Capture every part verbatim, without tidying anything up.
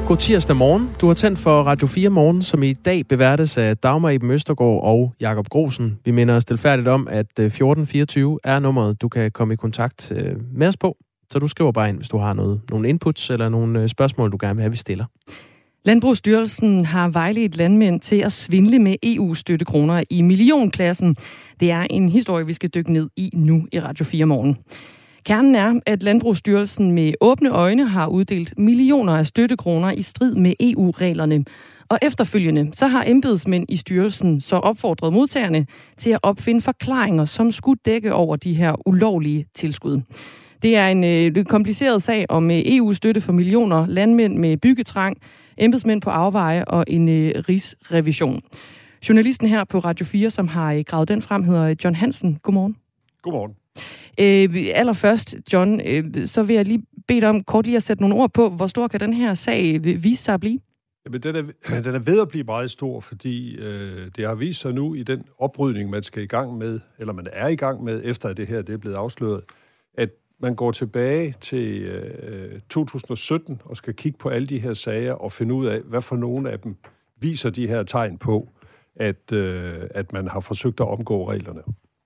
God tirsdag morgen. Du har tændt for Radio fire Morgen, som i dag beværtes af Dagmar Eben Østergaard og Jakob Grosen. Vi minder os stilfærdigt om, at fjorten fireogtyve er nummeret, du kan komme i kontakt med os på. Så du skriver bare ind, hvis du har noget, nogle inputs eller nogle spørgsmål, du gerne vil have, vi stiller. Landbrugsstyrelsen har vejledt landmænd til at svindle med E U-støttekroner i millionklassen. Det er en historie, vi skal dykke ned i nu i Radio fire Morgen. Kernen er, at Landbrugsstyrelsen med åbne øjne har uddelt millioner af støttekroner i strid med E U-reglerne. Og efterfølgende så har embedsmænd i styrelsen så opfordret modtagerne til at opfinde forklaringer, som skulle dække over de her ulovlige tilskud. Det er en øh, kompliceret sag om øh, E U-støtte for millioner, landmænd med byggetrang, embedsmænd på afveje og en øh, rigsrevision. Journalisten her på Radio fire, som har øh, gravet den frem, hedder John Hansen. Godmorgen. Godmorgen. Øh, allerførst, John, øh, så vil jeg lige bede dig om kort lige at sætte nogle ord på, hvor stor kan den her sag vise sig at blive? Jamen, den er, den er ved at blive meget stor, fordi øh, det har vist sig nu i den oprydning, man skal i gang med, eller man er i gang med, efter at det her det er blevet afsløret, at man går tilbage til øh, to tusind og sytten og skal kigge på alle de her sager og finde ud af, hvad for nogle af dem viser de her tegn på, at, øh, at man har forsøgt at omgå reglerne.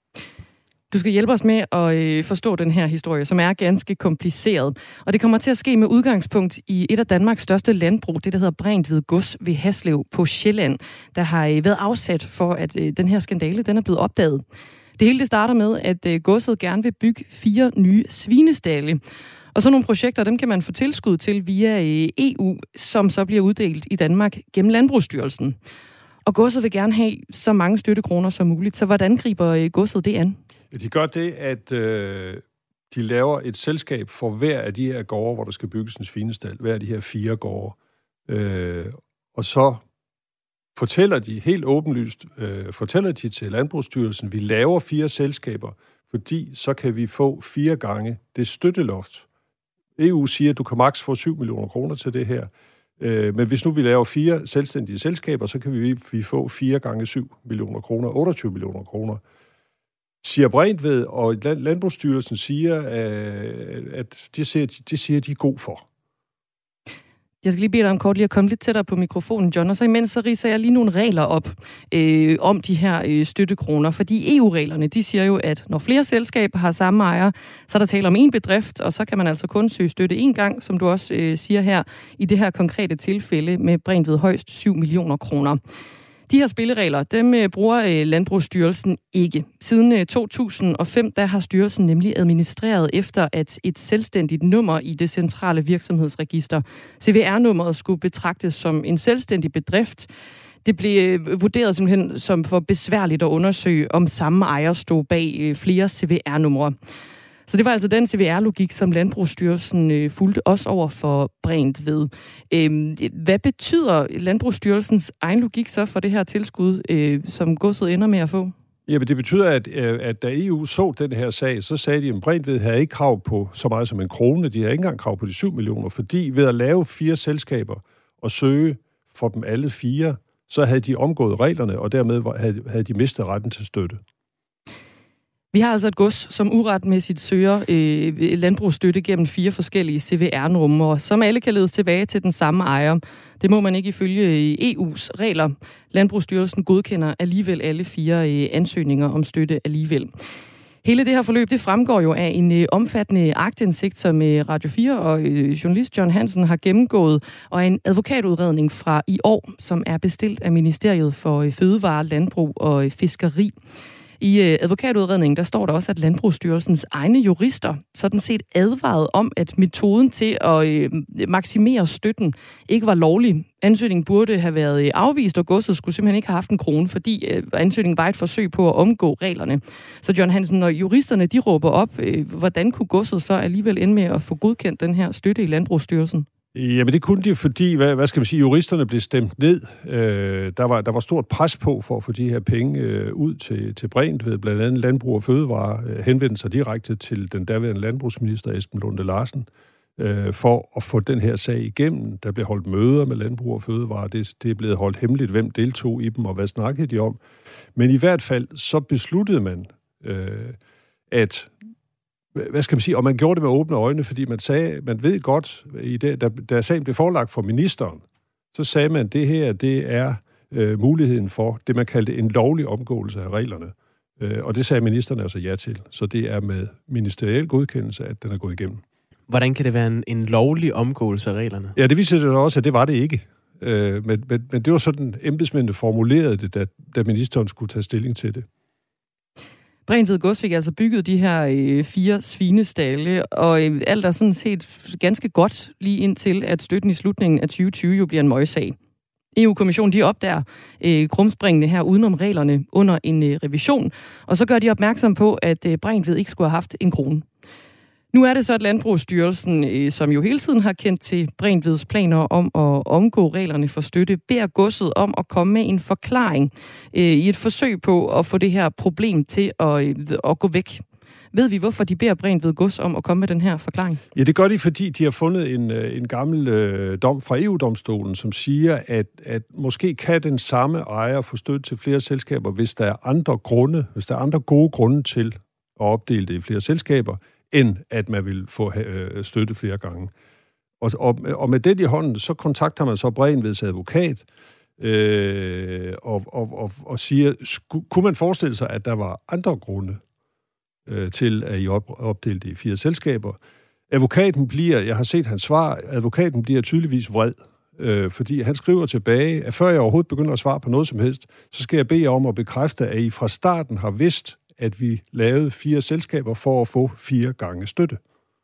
Du skal hjælpe os med at øh, forstå den her historie, som er ganske kompliceret. Og det kommer til at ske med udgangspunkt i et af Danmarks største landbrug, det der hedder Brændtved Gods ved Haslev på Sjælland, der har øh, været afsat for, at øh, den her skandale den er blevet opdaget. Det hele det starter med, at øh, godset gerne vil bygge fire nye svinestalle. Og sådan nogle projekter, dem kan man få tilskud til via øh, E U, som så bliver uddelt i Danmark gennem Landbrugsstyrelsen. Og godset vil gerne have så mange støttekroner som muligt. Så hvordan griber øh, godset det an? De gør det, at øh, de laver et selskab for hver af de her gårde, hvor der skal bygges en svinestal. Hver af de her fire gårde. Øh, og så fortæller de helt åbenlyst, øh, fortæller de til Landbrugsstyrelsen, vi laver fire selskaber, fordi så kan vi få fire gange det støtteloft. E U siger, at du kan maks få syv millioner kroner til det her. Øh, men hvis nu vi laver fire selvstændige selskaber, så kan vi, vi få fire gange syv millioner kroner, otteogtyve millioner kroner. Siger Brændtved, og Landbrugsstyrelsen siger, at det siger, det siger de er god for. Jeg skal lige bede dig om kort lige at komme lidt tættere på mikrofonen, John, og så imens så ridser jeg lige nogle regler op øh, om de her øh, støttekroner. Fordi E U-reglerne, de siger jo, at når flere selskaber har samme ejer, så er der tale om en bedrift, og så kan man altså kun søge støtte en gang, som du også øh, siger her, i det her konkrete tilfælde med Brændtved højst syv millioner kroner. De her spilleregler, dem bruger Landbrugsstyrelsen ikke. Siden to tusind og fem, der har styrelsen nemlig administreret efter, at et selvstændigt nummer i det centrale virksomhedsregister, C V R-nummeret, skulle betragtes som en selvstændig bedrift. Det blev vurderet simpelthen som for besværligt at undersøge, om samme ejer stod bag flere C V R-numre. Så det var altså den C V R-logik, som Landbrugsstyrelsen øh, fulgte også over for Brændtved. Øhm, hvad betyder Landbrugsstyrelsens egen logik så for det her tilskud, øh, som godset ender med at få? Jamen det betyder, at, at da E U så den her sag, så sagde de, at Brændtved havde ikke krav på så meget som en krone. De havde ikke engang krav på de syv millioner, fordi ved at lave fire selskaber og søge for dem alle fire, så havde de omgået reglerne, og dermed havde, havde de mistet retten til støtte. Vi har altså et gods, som uretmæssigt søger øh, landbrugsstøtte gennem fire forskellige C V R-numre, som alle kan ledes tilbage til den samme ejer. Det må man ikke ifølge E U's regler. Landbrugsstyrelsen godkender alligevel alle fire øh, ansøgninger om støtte alligevel. Hele det her forløb, det fremgår jo af en øh, omfattende aktindsigt, som øh, Radio fire og øh, journalist John Hansen har gennemgået, og en advokatudredning fra i år, som er bestilt af Ministeriet for øh, Fødevare, Landbrug og øh, Fiskeri. I øh, advokatudredningen, der står der også, at Landbrugsstyrelsens egne jurister sådan set advarede om, at metoden til at øh, maksimere støtten ikke var lovlig. Ansøgningen burde have været afvist, og godset skulle simpelthen ikke have haft en krone, fordi øh, ansøgningen var et forsøg på at omgå reglerne. Så John Hansen, når juristerne de råber op, øh, hvordan kunne godset så alligevel ende med at få godkendt den her støtte i Landbrugsstyrelsen? Jamen det kunne de, fordi, hvad, hvad skal man sige, juristerne blev stemt ned. Øh, der, var, der var stort pres på for at få de her penge øh, ud til, til Brændtved. Blandt andet Landbrug og Fødevare øh, henvendte sig direkte til den daværende landbrugsminister Esben Lunde Larsen øh, for at få den her sag igennem. Der blev holdt møder med Landbrug og Fødevare. Det, det er blevet holdt hemmeligt, hvem deltog i dem og hvad snakkede de om. Men i hvert fald så besluttede man, øh, at hvad skal man sige, og man gjorde det med åbne øjne, fordi man sagde, man ved godt, i det, da, da sagen blev forelagt for ministeren, så sagde man, at det her, det er øh, muligheden for det, man kaldte en lovlig omgåelse af reglerne. Øh, og det sagde ministeren altså ja til. Så det er med ministeriel godkendelse, at den er gået igennem. Hvordan kan det være en, en lovlig omgåelse af reglerne? Ja, det viser det også, at det var det ikke. Øh, men, men, men det var sådan, embedsmændene formulerede det, da, da ministeren skulle tage stilling til det. Bregentved Gods fik altså bygget de her øh, fire svinestalde, og øh, alt er sådan set ganske godt lige indtil, at støtten i slutningen af tyve tyve jo bliver en møgssag. E U-kommissionen de opdager øh, krumspringene her udenom reglerne under en øh, revision, og så gør de opmærksom på, at øh, Bregentved ikke skulle have haft en krone. Nu er det så, at Landbrugsstyrelsen, øh, som jo hele tiden har kendt til Bregentveds planer om at omgå reglerne for støtte, beder godset om at komme med en forklaring øh, i et forsøg på at få det her problem til at, øh, at gå væk. Ved vi, hvorfor de beder Bregentved Gods om at komme med den her forklaring? Ja, det gør de, fordi de har fundet en, en gammel øh, dom fra E U-domstolen, som siger, at, at måske kan den samme ejer få støtte til flere selskaber, hvis der er andre grunde, hvis der er andre gode grunde til at opdele det i flere selskaber, end at man vil få øh, støtte flere gange. Og, og, og med det i hånden, så kontakter man så Bregentveds advokat, øh, og, og, og, og siger, sku, kunne man forestille sig, at der var andre grunde øh, til, at I op, opdelte i fire selskaber? Advokaten bliver, jeg har set hans svar, advokaten bliver tydeligvis vred, øh, fordi han skriver tilbage, at før jeg overhovedet begynder at svare på noget som helst, så skal jeg bede jer om at bekræfte, at I fra starten har vidst, at vi lavede fire selskaber for at få fire gange støtte.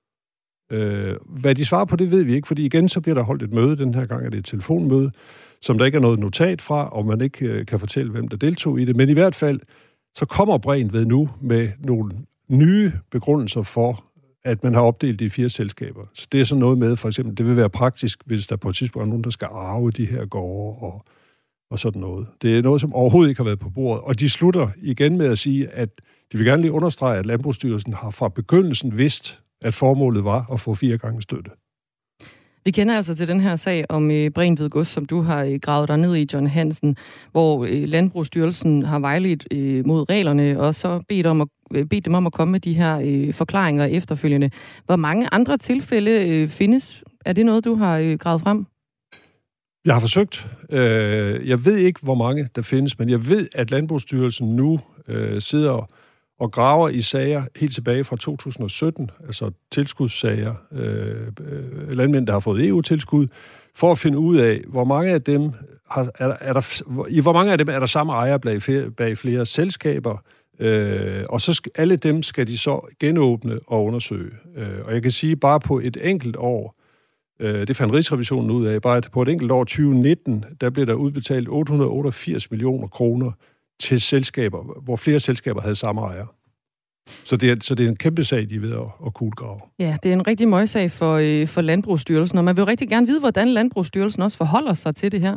Øh, hvad de svarer på, det ved vi ikke, fordi igen så bliver der holdt et møde, den her gang er det et telefonmøde, som der ikke er noget notat fra, og man ikke øh, kan fortælle, hvem der deltog i det. Men i hvert fald, så kommer Bregentved nu med nogle nye begrundelser for, at man har opdelt de fire selskaber. Så det er sådan noget med, for eksempel, det vil være praktisk, hvis der på et tidspunkt er nogen, der skal arve de her gårde og og sådan noget. Det er noget, som overhovedet ikke har været på bordet. Og de slutter igen med at sige, at de vil gerne lige understrege, at Landbrugsstyrelsen har fra begyndelsen vidst, at formålet var at få fire gange støtte. Vi kender altså til den her sag om øh, Bregentved Gods, som du har øh, gravet dig ned i, John Hansen, hvor øh, Landbrugsstyrelsen har vejledt øh, mod reglerne, og så bedt, om at, øh, bedt dem om at komme med de her øh, forklaringer efterfølgende. Hvor mange andre tilfælde øh, findes? Er det noget, du har øh, gravet frem? Jeg har forsøgt. Jeg ved ikke, hvor mange der findes, men jeg ved, at Landbrugsstyrelsen nu sidder og graver i sager helt tilbage fra to tusind og sytten, altså tilskudssager, landmænd, der har fået E U-tilskud, for at finde ud af, hvor mange af dem har, er, er der, i hvor mange af dem er der samme ejer bag flere, bag flere selskaber, og så skal, alle dem skal de så genåbne og undersøge. Og jeg kan sige, bare på et enkelt år, det fandt Rigsrevisionen ud af. Bare på et enkelt år, tyve nitten, der blev der udbetalt otte hundrede otteogfirs millioner kroner til selskaber, hvor flere selskaber havde samme ejer. Så det er, så det er en kæmpe sag, de er ved at, at kuglegrave. Ja, det er en rigtig møgssag for, øh, for Landbrugsstyrelsen, og man vil jo rigtig gerne vide, hvordan Landbrugsstyrelsen også forholder sig til det her.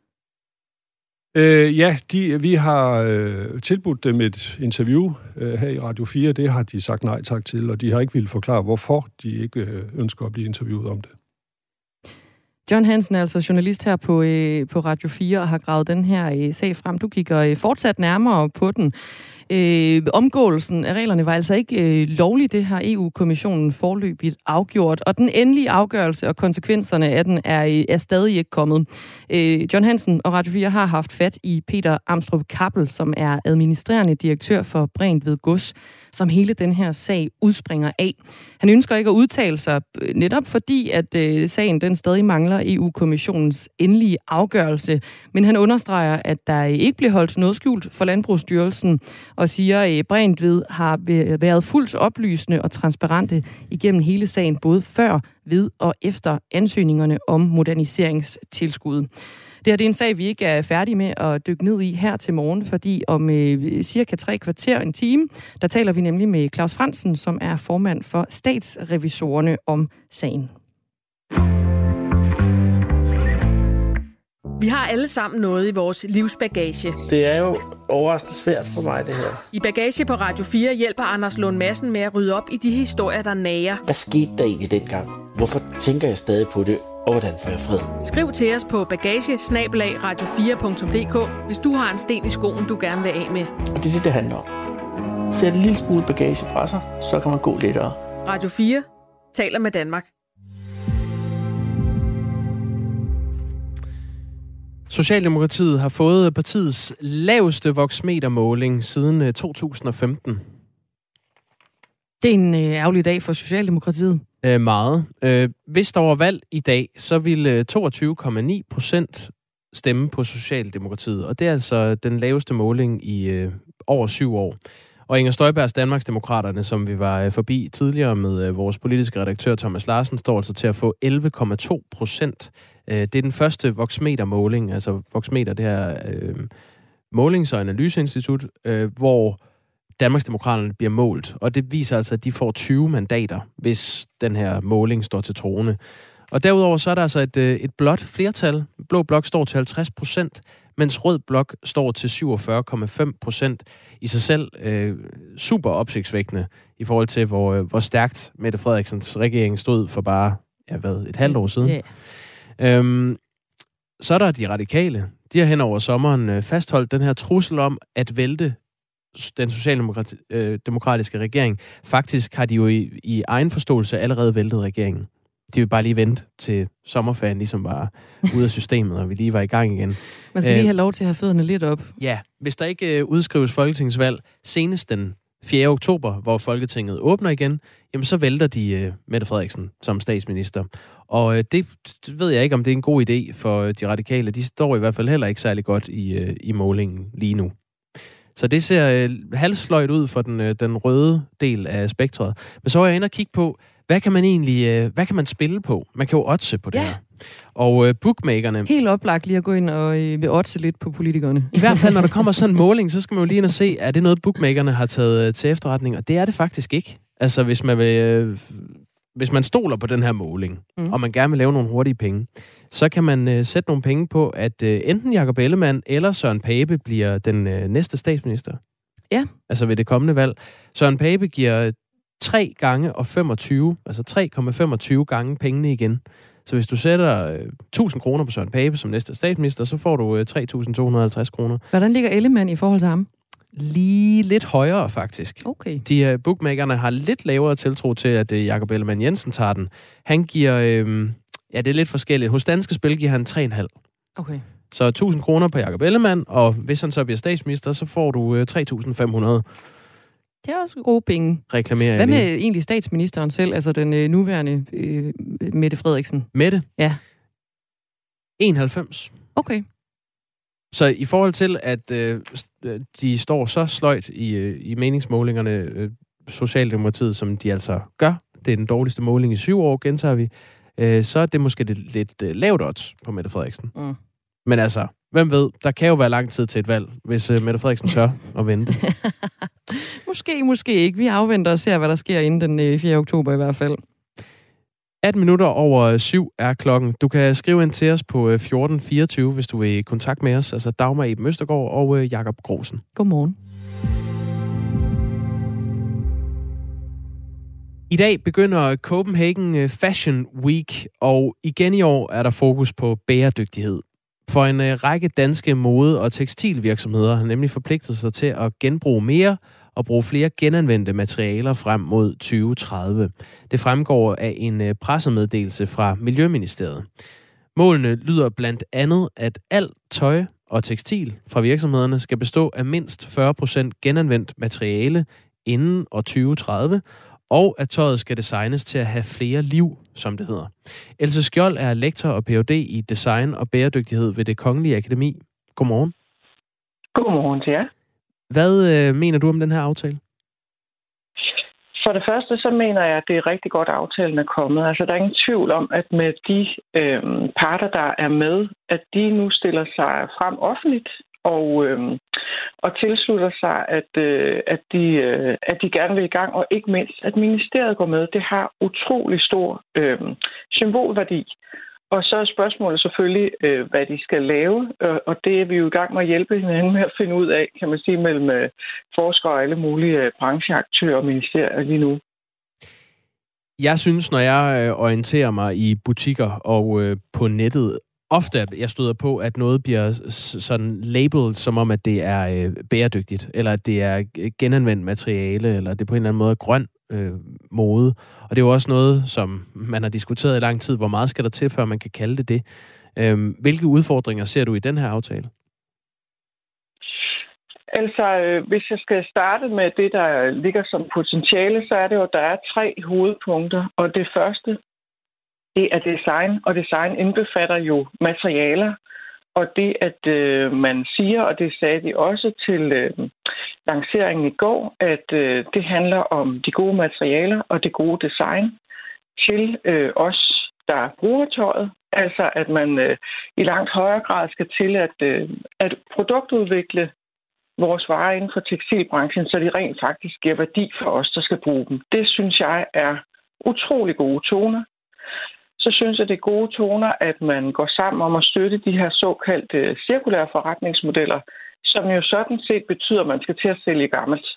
Øh, ja, de, vi har øh, tilbudt dem et interview øh, her i Radio fire. Det har de sagt nej tak til, og de har ikke ville forklare, hvorfor de ikke øh, ønsker at blive interviewet om det. John Hansen er altså journalist her på, øh, på Radio fire og har gravet den her øh, sag frem. Du kigger øh, fortsat nærmere på den. Øh, omgåelsen af reglerne var altså ikke øh, lovlig. Det har E U-kommissionen forløbigt afgjort, og den endelige afgørelse og konsekvenserne af den er, øh, er stadig ikke kommet. Øh, John Hansen og Radio fire har haft fat i Peter Amstrup Kappel, som er administrerende direktør for Bregentved Gods, som hele den her sag udspringer af. Han ønsker ikke at udtale sig, netop fordi, at øh, sagen den stadig mangler E U-kommissionens endelige afgørelse, men han understreger, at der ikke bliver holdt noget skjult for Landbrugsstyrelsen, og siger, at Bregentved har været fuldt oplysende og transparente igennem hele sagen, både før, ved og efter ansøgningerne om moderniseringstilskud. Det her det er en sag, vi ikke er færdige med at dykke ned i her til morgen, fordi om øh, cirka tre kvarter, en time, der taler vi nemlig med Claus Fransen, som er formand for statsrevisorerne om sagen. Vi har alle sammen noget i vores livsbagage. Det er jo overraskende svært for mig, det her. I Bagage på Radio fire hjælper Anders Lund Madsen med at rydde op i de historier, der nager. Hvad skete der egentlig dengang? Hvorfor tænker jeg stadig på det? Og hvordan får jeg fred? Skriv til os på bagage bindestreg radio fire punktum d k, hvis du har en sten i skoen, du gerne vil af med. Og det er det, det handler om. Sæt en lille smule bagage fra sig, så kan man gå lettere. Radio fire taler med Danmark. Socialdemokratiet har fået partiets laveste voksmetermåling siden to tusind og femten. Det er en øh, ærgerlig dag for Socialdemokratiet. Øh, meget. Øh, hvis der var valg i dag, så ville toogtyve komma ni procent stemme på Socialdemokratiet. Og det er altså den laveste måling i øh, over syv år. Og Inger Støjbergs Danmarksdemokraterne, som vi var forbi tidligere med vores politiske redaktør Thomas Larsen, står altså til at få elleve komma to procent. Det er den første Voxmeter-måling, altså Voxmeter, det her øh, målings- og analyseinstitut, øh, hvor Danmarksdemokraterne bliver målt. Og det viser altså, at de får tyve mandater, hvis den her måling står til troende. Og derudover så er der altså et, et blåt flertal. Blå blok står til halvtreds procent, mens rød blok står til syvogfyrre komma fem procent. I sig selv øh, super opsigtsvækkende i forhold til, hvor, hvor stærkt Mette Frederiksens regering stod for bare ja, hvad, et halvt år siden. Yeah. Øhm, så er der de radikale. De har hen over sommeren øh, fastholdt den her trussel om at vælte den socialdemokratiske øh, regering. Faktisk har de jo i, i egen forståelse allerede væltet regeringen. De vil bare lige vente til sommerferien ligesom var ude af systemet, og vi lige var i gang igen. Man skal lige have lov til at have fødderne lidt op. Ja, hvis der ikke øh, udskrives folketingsvalg senest den fjerde oktober, hvor Folketinget åbner igen, jamen så vælter de øh, Mette Frederiksen som statsminister. Og øh, det ved jeg ikke, om det er en god idé for de radikale. De står i hvert fald heller ikke særlig godt i, øh, i målingen lige nu. Så det ser øh, halvsløjt ud for den, øh, den røde del af spektret. Men så er jeg inde og kigge på, hvad kan man egentlig, øh, hvad kan man spille på? Man kan jo oddse på det ja. her. Og øh, bookmakerne... Helt oplagt lige at gå ind og øh, vil oddse lidt på politikerne. I hvert fald, når der kommer sådan en måling, så skal man jo lige ind og se, er det noget, bookmakerne har taget øh, til efterretning? Og det er det faktisk ikke. Altså, hvis man, vil, øh, hvis man stoler på den her måling, mm. og man gerne vil lave nogle hurtige penge, så kan man øh, sætte nogle penge på, at øh, enten Jakob Ellemann eller Søren Pape bliver den øh, næste statsminister. Ja. Altså ved det kommende valg. Søren Pape giver tre gange og femogtyve, altså tre komma femogtyve gange pengene igen. Så hvis du sætter øh, tusind kroner på Søren Pape som næste statsminister, så får du øh, tre tusind to hundrede og halvtreds kroner. Hvordan ligger Ellemann i forhold til ham? Lige lidt højere, faktisk. Okay. De uh, bookmakerne har lidt lavere tiltro til, at uh, Jakob Ellemann Jensen tager den. Han giver, øh, ja, det er lidt forskelligt. Hos Danske Spil giver han tre komma fem. Okay. Så tusind kroner på Jakob Ellemann, og hvis han så bliver statsminister, så får du uh, tre tusind fem hundrede. Det er også gode penge. Reklamerer Hvad med lige. egentlig statsministeren selv, altså den øh, nuværende øh, Mette Frederiksen? Mette? Ja. enoghalvfems. Okay. Så i forhold til, at øh, de står så sløjt i, øh, i meningsmålingerne, øh, Socialdemokratiet, som de altså gør, det er den dårligste måling i syv år, gentager vi, øh, så er det måske det lidt øh, lavt odds på Mette Frederiksen. Mm. Men altså, hvem ved, der kan jo være lang tid til et valg, hvis øh, Mette Frederiksen tør at vente. Måske, måske ikke. Vi afventer og ser, hvad der sker inden den øh, fjerde oktober i hvert fald. atten minutter over syv er klokken. Du kan skrive ind til os på fjorten fireogtyve, hvis du vil i kontakt med os. Altså Dagmar Eben Østergaard og Jakob Grosen. Godmorgen. I dag begynder Copenhagen Fashion Week, og igen i år er der fokus på bæredygtighed. For en række danske mode- og tekstilvirksomheder har nemlig forpligtet sig til at genbruge mere og bruge flere genanvendte materialer frem mod tyve tredive. Det fremgår af en pressemeddelelse fra Miljøministeriet. Målene lyder blandt andet, at alt tøj og tekstil fra virksomhederne skal bestå af mindst fyrre procent genanvendt materiale inden år tyve tredive, og at tøjet skal designes til at have flere liv, som det hedder. Else Skjold er lektor og P H D i design og bæredygtighed ved Det Kongelige Akademi. Godmorgen. Godmorgen til jer. Hvad øh, mener du om den her aftale? For det første, så mener jeg, at det er rigtig godt, at aftalen er kommet. Altså, der er ingen tvivl om, at med de øh, parter, der er med, at de nu stiller sig frem offentligt og, øh, og tilslutter sig, at, øh, at, de, øh, at de gerne vil i gang, og ikke mindst, at ministeriet går med. Det har utrolig stor øh, symbolværdi. Og så er spørgsmålet selvfølgelig, øh, hvad de skal lave, øh, og det er vi jo i gang med at hjælpe hinanden med at finde ud af, kan man sige, mellem øh, forskere og alle mulige øh, brancheaktører og ministerier lige nu. Jeg synes, når jeg øh, orienterer mig i butikker og øh, på nettet, ofte jeg støder på, at noget bliver sådan labeled som om, at det er øh, bæredygtigt, eller at det er genanvendt materiale, eller det på en eller anden måde er grøn øh, mode. Og det er jo også noget, som man har diskuteret i lang tid. Hvor meget skal der til, før man kan kalde det det? Øh, hvilke udfordringer ser du i den her aftale? Altså, øh, hvis jeg skal starte med det, der ligger som potentiale, så er det jo, at der er tre hovedpunkter. Og det første, det er design, og design indbefatter jo materialer. Og det, at øh, man siger, og det sagde de også til øh, lanceringen i går, at øh, det handler om de gode materialer og det gode design til øh, os, der bruger tøjet. Altså, at man øh, i langt højere grad skal til at, øh, at produktudvikle vores varer inden for tekstilbranchen, så de rent faktisk giver værdi for os, der skal bruge dem. Det synes jeg er utrolig gode toner. Så synes jeg, det er gode toner, at man går sammen om at støtte de her såkaldte cirkulære forretningsmodeller, som jo sådan set betyder, at man skal til at sælge gammelt.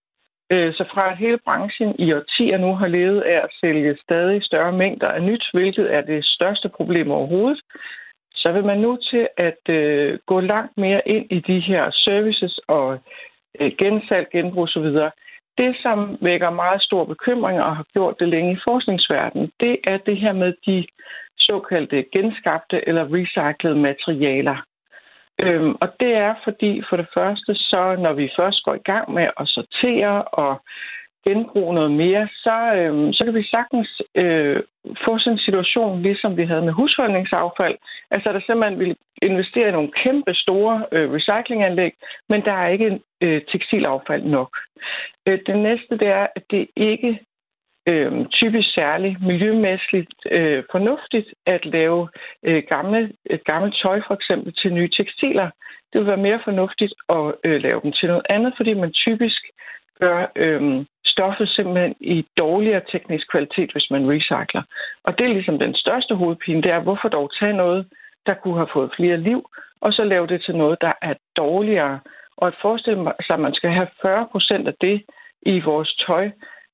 Så fra at hele branchen i årtier nu har levet af at sælge stadig større mængder af nyt, hvilket er det største problem overhovedet, så vil man nu til at øh, gå langt mere ind i de her services og øh, gensalg, genbrug osv. Det, som vækker meget stor bekymring og har gjort det længe i forskningsverdenen, det er det her med de såkaldte genskabte eller recyclede materialer. Øhm, og det er fordi, for det første, så når vi først går i gang med at sortere og genbruge noget mere, så, øhm, så kan vi sagtens øh, få sådan en situation, ligesom vi havde med husholdningsaffald. Altså, der simpelthen vil investere i nogle kæmpe store øh, recyclinganlæg, men der er ikke øh, tekstilaffald nok. Øh, det næste, det er, at det ikke øh, typisk særligt miljømæssigt øh, fornuftigt at lave øh, gamle, et gammelt tøj for eksempel til nye tekstiler. Det vil være mere fornuftigt at øh, lave dem til noget andet, fordi man typisk gør øh, stoffet simpelthen i dårligere teknisk kvalitet, hvis man recycler. Og det er ligesom den største hovedpine, det er, hvorfor dog tage noget, der kunne have fået flere liv, og så lave det til noget, der er dårligere. Og at forestille sig, at man skal have fyrre procent af det i vores tøj,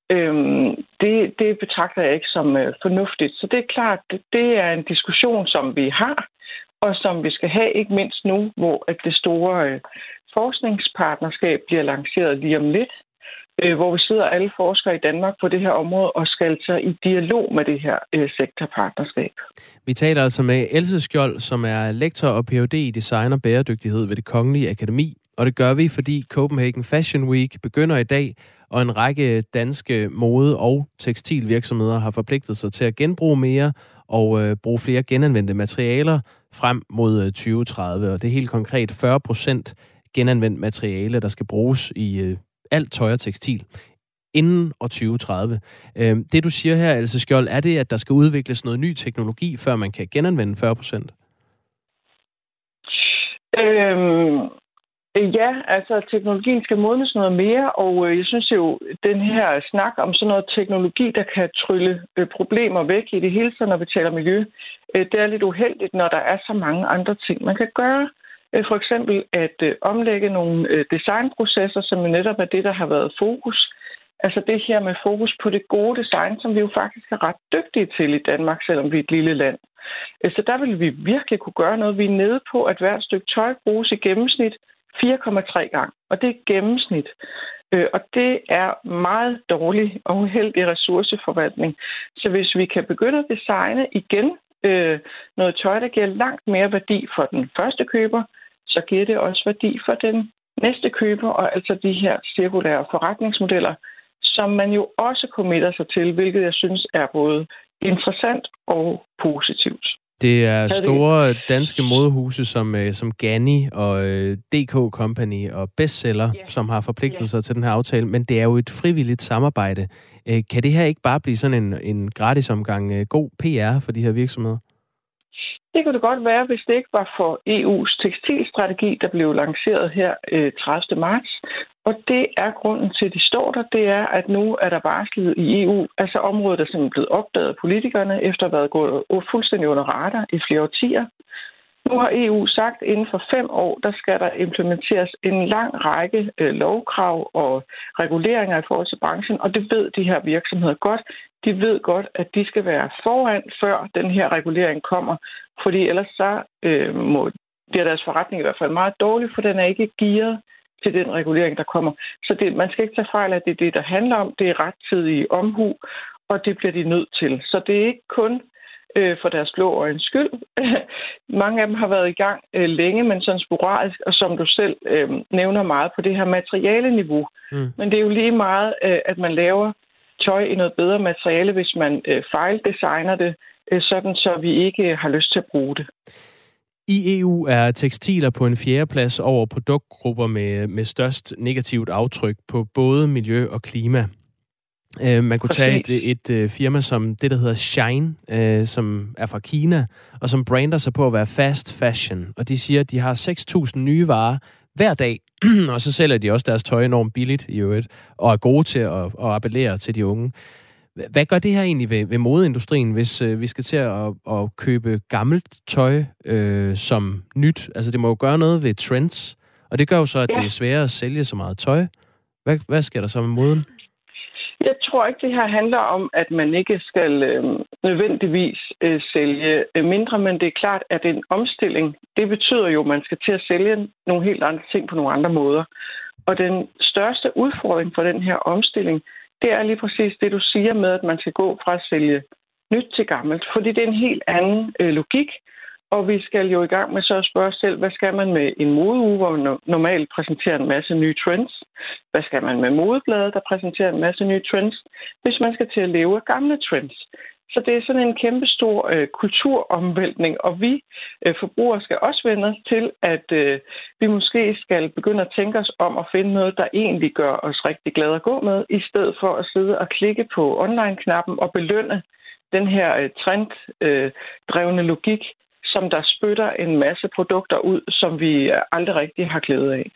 øhm, det, det betragter jeg ikke som øh, fornuftigt. Så det er klart, det, det er en diskussion, som vi har, og som vi skal have, ikke mindst nu, hvor at det store øh, forskningspartnerskab bliver lanceret lige om lidt, øh, hvor vi sidder alle forskere i Danmark på det her område og skal tage i dialog med det her øh, sektorpartnerskab. Vi taler altså med Else Skjold, som er lektor og P H D i design og bæredygtighed ved Det Kongelige Akademi. Og det gør vi, fordi Copenhagen Fashion Week begynder i dag, og en række danske mode- og tekstilvirksomheder har forpligtet sig til at genbruge mere og øh, bruge flere genanvendte materialer frem mod tyve tredive. Og det er helt konkret fyrre procent genanvendt materiale, der skal bruges i øh, alt tøj og tekstil inden år tyve tredive. Øh, det du siger her, Else Skjold, er det, at der skal udvikles noget ny teknologi, før man kan genanvende fyrre procent? Øhm, ja, altså teknologien skal modnes noget mere, og øh, jeg synes jo, den her snak om sådan noget teknologi, der kan trylle øh, problemer væk i det hele taget, når vi taler miljø, øh, det er lidt uheldigt, når der er så mange andre ting, man kan gøre. Øh, for eksempel at øh, omlægge nogle øh, designprocesser, som jo netop er det, der har været fokus. Altså det her med fokus på det gode design, som vi jo faktisk er ret dygtige til i Danmark, selvom vi er et lille land. Så der vil vi virkelig kunne gøre noget. Vi er nede på, at hvert stykke tøj bruges i gennemsnit fire komma tre gange. Og det er gennemsnit. Og det er meget dårlig og uheldig ressourceforvaltning. Så hvis vi kan begynde at designe igen noget tøj, der giver langt mere værdi for den første køber, så giver det også værdi for den næste køber, og altså de her cirkulære forretningsmodeller, som man jo også committer sig til, hvilket jeg synes er både interessant og positivt. Det er store danske modehuse som, som Ganni og D K Company og Bestseller, yeah. som har forpligtet yeah. sig til den her aftale, men det er jo et frivilligt samarbejde. Kan det her ikke bare blive sådan en, en gratis omgang god P R for de her virksomheder? Det kunne det godt være, hvis det ikke var for E U's tekstilstrategi, der blev lanceret her øh, tredivte marts. Og det er grunden til, at de står der. Det er, at nu er der varslet i E U, altså området er simpelthen blevet opdaget af politikerne, efter at have været gået fuldstændig under radar i flere årtier. Nu har E U sagt, at inden for fem år, der skal der implementeres en lang række øh, lovkrav og reguleringer i forhold til branchen, og det ved de her virksomheder godt. De ved godt, at de skal være foran, før den her regulering kommer, fordi ellers så øh, må, bliver deres forretning i hvert fald meget dårlig, for den er ikke gearet til den regulering, der kommer. Så det, man skal ikke tage fejl af, at det er det, der handler om. Det er rettidig omhu, og det bliver de nødt til. Så det er ikke kun øh, for deres blå øjens skyld. Mange af dem har været i gang øh, længe, men sådan sporadisk, og som du selv øh, nævner meget på det her materiale-niveau. Mm. Men det er jo lige meget, øh, at man laver tøj i noget bedre materiale, hvis man øh, fejldesigner det, øh, sådan så vi ikke har lyst til at bruge det. I E U er tekstiler på en fjerdeplads over produktgrupper med, med størst negativt aftryk på både miljø og klima. Uh, man kunne tage et, et, et firma som det, der hedder Shine, uh, som er fra Kina, og som brander sig på at være fast fashion. Og de siger, at de har seks tusind nye varer hver dag, og så sælger de også deres tøj enormt billigt i øvrigt, og er gode til at, at appellere til de unge. Hvad gør det her egentlig ved, ved modeindustrien, hvis øh, vi skal til at, at købe gammelt tøj øh, som nyt? Altså, det må jo gøre noget ved trends, og det gør jo så, at ja. det er sværere at sælge så meget tøj. Hvad, hvad sker der så med moden? Jeg tror ikke, det her handler om, at man ikke skal øh, nødvendigvis øh, sælge mindre, men det er klart, at en omstilling, det betyder jo, at man skal til at sælge nogle helt andre ting på nogle andre måder. Og den største udfordring for den her omstilling, det er lige præcis det, du siger med, at man skal gå fra at sælge nyt til gammelt. Fordi det er en helt anden øh, logik, og vi skal jo i gang med så at spørge os selv, hvad skal man med en modeuge, hvor man normalt præsenterer en masse nye trends? Hvad skal man med modeblade, der præsenterer en masse nye trends, hvis man skal til at leve af gamle trends? Så det er sådan en kæmpe stor øh, kulturomvæltning, og vi øh, forbrugere skal også vende os til, at øh, vi måske skal begynde at tænke os om at finde noget, der egentlig gør os rigtig glade at gå med, i stedet for at sidde og klikke på online-knappen og belønne den her øh, trenddrevne øh, logik, som der spytter en masse produkter ud, som vi aldrig rigtig har glæde af.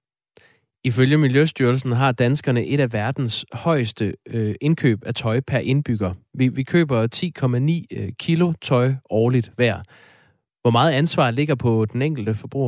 Ifølge Miljøstyrelsen har danskerne et af verdens højeste øh, indkøb af tøj per indbygger. Vi, vi køber ti komma ni øh, kilo tøj årligt hver. Hvor meget ansvar ligger på den enkelte forbruger?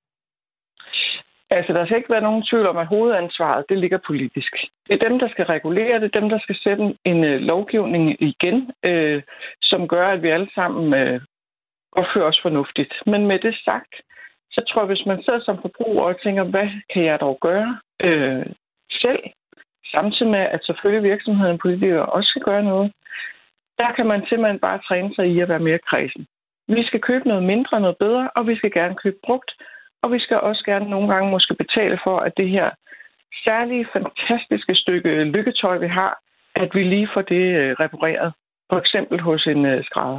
Altså, der skal ikke være nogen tvivl om, at hovedansvaret, det ligger politisk. Det er dem, der skal regulere det, dem, der skal sætte en øh, lovgivning igen, øh, som gør, at vi alle sammen øh, opfører os fornuftigt. Men med det sagt, så tror jeg, hvis man sidder som forbruger og tænker, hvad kan jeg dog gøre øh, selv, samtidig med, at selvfølgelig virksomheden og politikere også skal gøre noget, der kan man simpelthen bare træne sig i at være mere kredsen. Vi skal købe noget mindre, noget bedre, og vi skal gerne købe brugt, og vi skal også gerne nogle gange måske betale for, at det her særlige, fantastiske stykke lykketøj, vi har, at vi lige får det øh, repareret, for eksempel hos en øh, skrædder.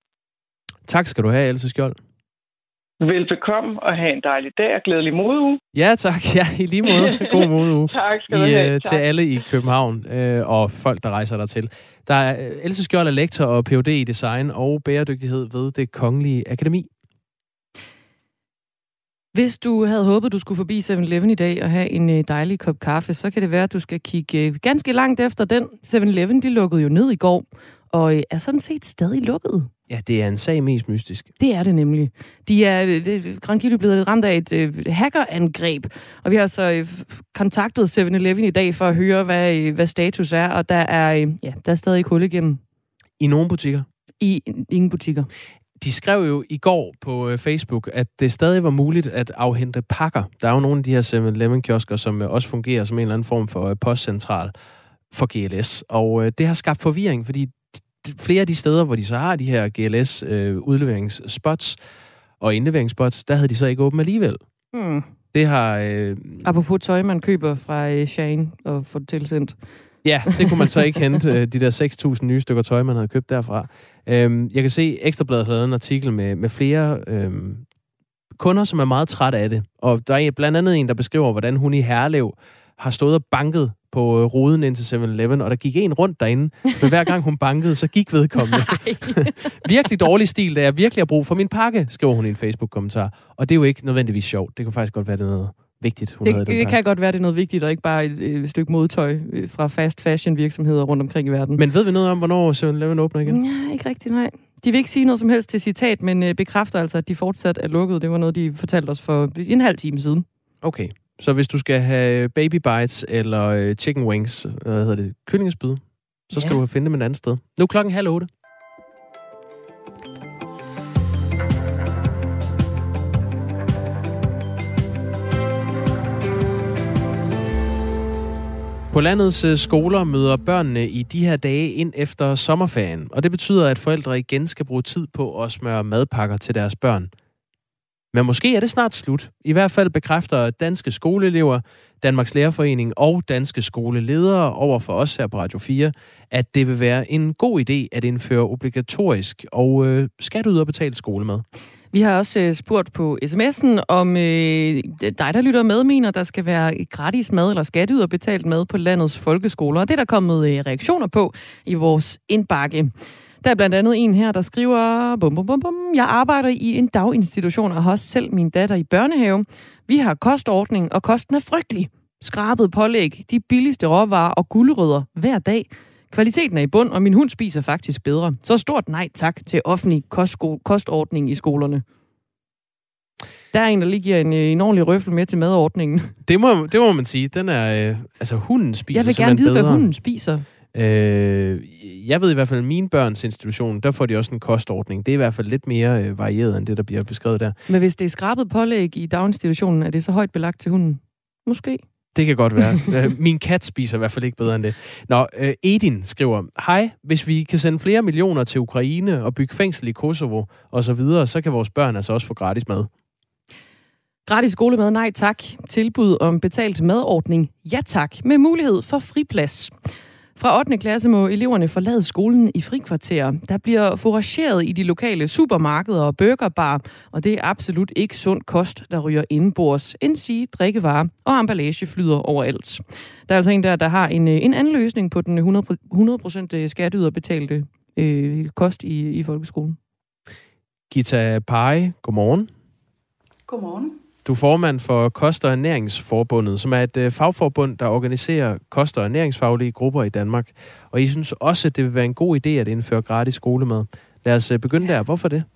Tak skal du have, Else Skjold. Velbekomme og have en dejlig dag og glædelig modeuge. Ja, tak. Ja, i lige måde. God modeuge. Tak skal du have. I, til alle i København øh, og folk, der rejser der til. Der er Else Skjold er lektor og P H D i design og bæredygtighed ved Det Kongelige Akademi. Hvis du havde håbet, du skulle forbi seven eleven i dag og have en dejlig kop kaffe, så kan det være, at du skal kigge ganske langt efter den. seven eleven, de lukkede jo ned i går, og er sådan set stadig lukket. Ja, det er en sag mest mystisk. Det er det nemlig. De er, Gran Kilo er blevet ramt af et øh, hackerangreb, og vi har altså øh, kontaktet seven eleven i dag for at høre, hvad, øh, hvad status er, og der er, øh, ja, der er stadig kul igennem. I nogle butikker? I ingen butikker. De skrev jo i går på øh, Facebook, at det stadig var muligt at afhente pakker. Der er jo nogle af de her seven eleven kiosker, som øh, også fungerer som en eller anden form for øh, postcentral for G L S, og øh, det har skabt forvirring, fordi flere af de steder, hvor de så har de her G L S-udleveringsspots øh, og indleveringsspots, der havde de så ikke åbent alligevel. Hmm. Det har... Øh... Apropos tøj, man køber fra øh, Shane og får det tilsendt. Ja, det kunne man så ikke hente, øh, de der seks tusind nye stykker tøj, man havde købt derfra. Øh, jeg kan se, Ekstra Bladet havde en artikel med, med flere øh, kunder, som er meget trætte af det. Og der er blandt andet en, der beskriver, hvordan hun i Herlev har stået og banket på ruden ind til seven eleven, og der gik en rundt derinde, men hver gang hun bankede, så gik vedkommende. Virkelig dårlig stil, da jeg virkelig har brug for min pakke, skriver hun i en Facebook-kommentar. Og det er jo ikke nødvendigvis sjovt. Det kan faktisk godt være, det er noget vigtigt, hun det, havde den det kan godt være, det er noget vigtigt, og ikke bare et, et stykke modetøj fra fast fashion virksomheder rundt omkring i verden. Men ved vi noget om, hvornår seven eleven åbner igen? Ja, ikke rigtigt, nej. De vil ikke sige noget som helst til citat, men øh, bekræfter altså, at de fortsat er lukket. Det var noget, de fortalte os for en halv time siden. Okay. Så hvis du skal have baby bites eller chicken wings, hvad hedder det, kyllingespyd, så skal ja. du finde dem et andet sted. Nu er klokken halv otte. På landets skoler møder børnene i de her dage ind efter sommerferien, og det betyder, at forældre igen skal bruge tid på at smøre madpakker til deres børn. Men måske er det snart slut. I hvert fald bekræfter Danske Skoleelever, Danmarks Lærerforening og Danske Skoleledere over for os her på Radio fire, at det vil være en god idé at indføre obligatorisk og øh, skatteyderbetalt skolemad. Vi har også spurgt på sms'en, om øh, dig, der lytter med, mener, der skal være gratis mad eller skatteyderbetalt mad på landets folkeskoler. Og det er der kommet øh, reaktioner på i vores indbakke. Der er blandt andet en her, der skriver, bum, bum, bum, bum. Jeg arbejder i en daginstitution og har også selv min datter i børnehave. Vi har kostordning, og kosten er frygtelig. Skrabet pålæg, de billigste råvarer og gulerødder hver dag. Kvaliteten er i bund, og min hund spiser faktisk bedre. Så stort nej tak til offentlig kostsko- kostordning i skolerne. Der er en, der lige giver en, en ordentlig røffel med til madordningen. Det må, det må man sige. Den er, øh, altså hunden spiser Jeg vil gerne vide, bedre. hvad hunden spiser. Øh, jeg ved i hvert fald, at mine børns institution, der får de også en kostordning. Det er i hvert fald lidt mere øh, varieret, end det, der bliver beskrevet der. Men hvis det er skrabet pålæg i daginstitutionen, er det så højt belagt til hunden? Måske. Det kan godt være. Min kat spiser i hvert fald ikke bedre end det. Nå, øh, Edin skriver, hej, hvis vi kan sende flere millioner til Ukraine og bygge fængsel i Kosovo og så videre, så kan vores børn altså også få gratis mad. Gratis skolemad, nej tak. Tilbud om betalt madordning, ja tak, med mulighed for friplads. Fra ottende klasse må eleverne forlade skolen i frikvarterer. Der bliver forageret i de lokale supermarkeder og burgerbar, og det er absolut ikke sund kost, der ryger indenbords. End sige, drikkevarer og emballage flyder overalt. Der er altså en der, der har en, en anden løsning på den hundrede procent skatteyderbetalte øh, kost i, i folkeskolen. Gita Pei, godmorgen. Godmorgen. Du er formand for Kost- og Ernæringsforbundet, som er et øh, fagforbund, der organiserer kost- og ernæringsfaglige grupper i Danmark. Og I synes også, at det vil være en god idé at indføre gratis skolemad. Lad os øh, begynde der. Hvorfor det?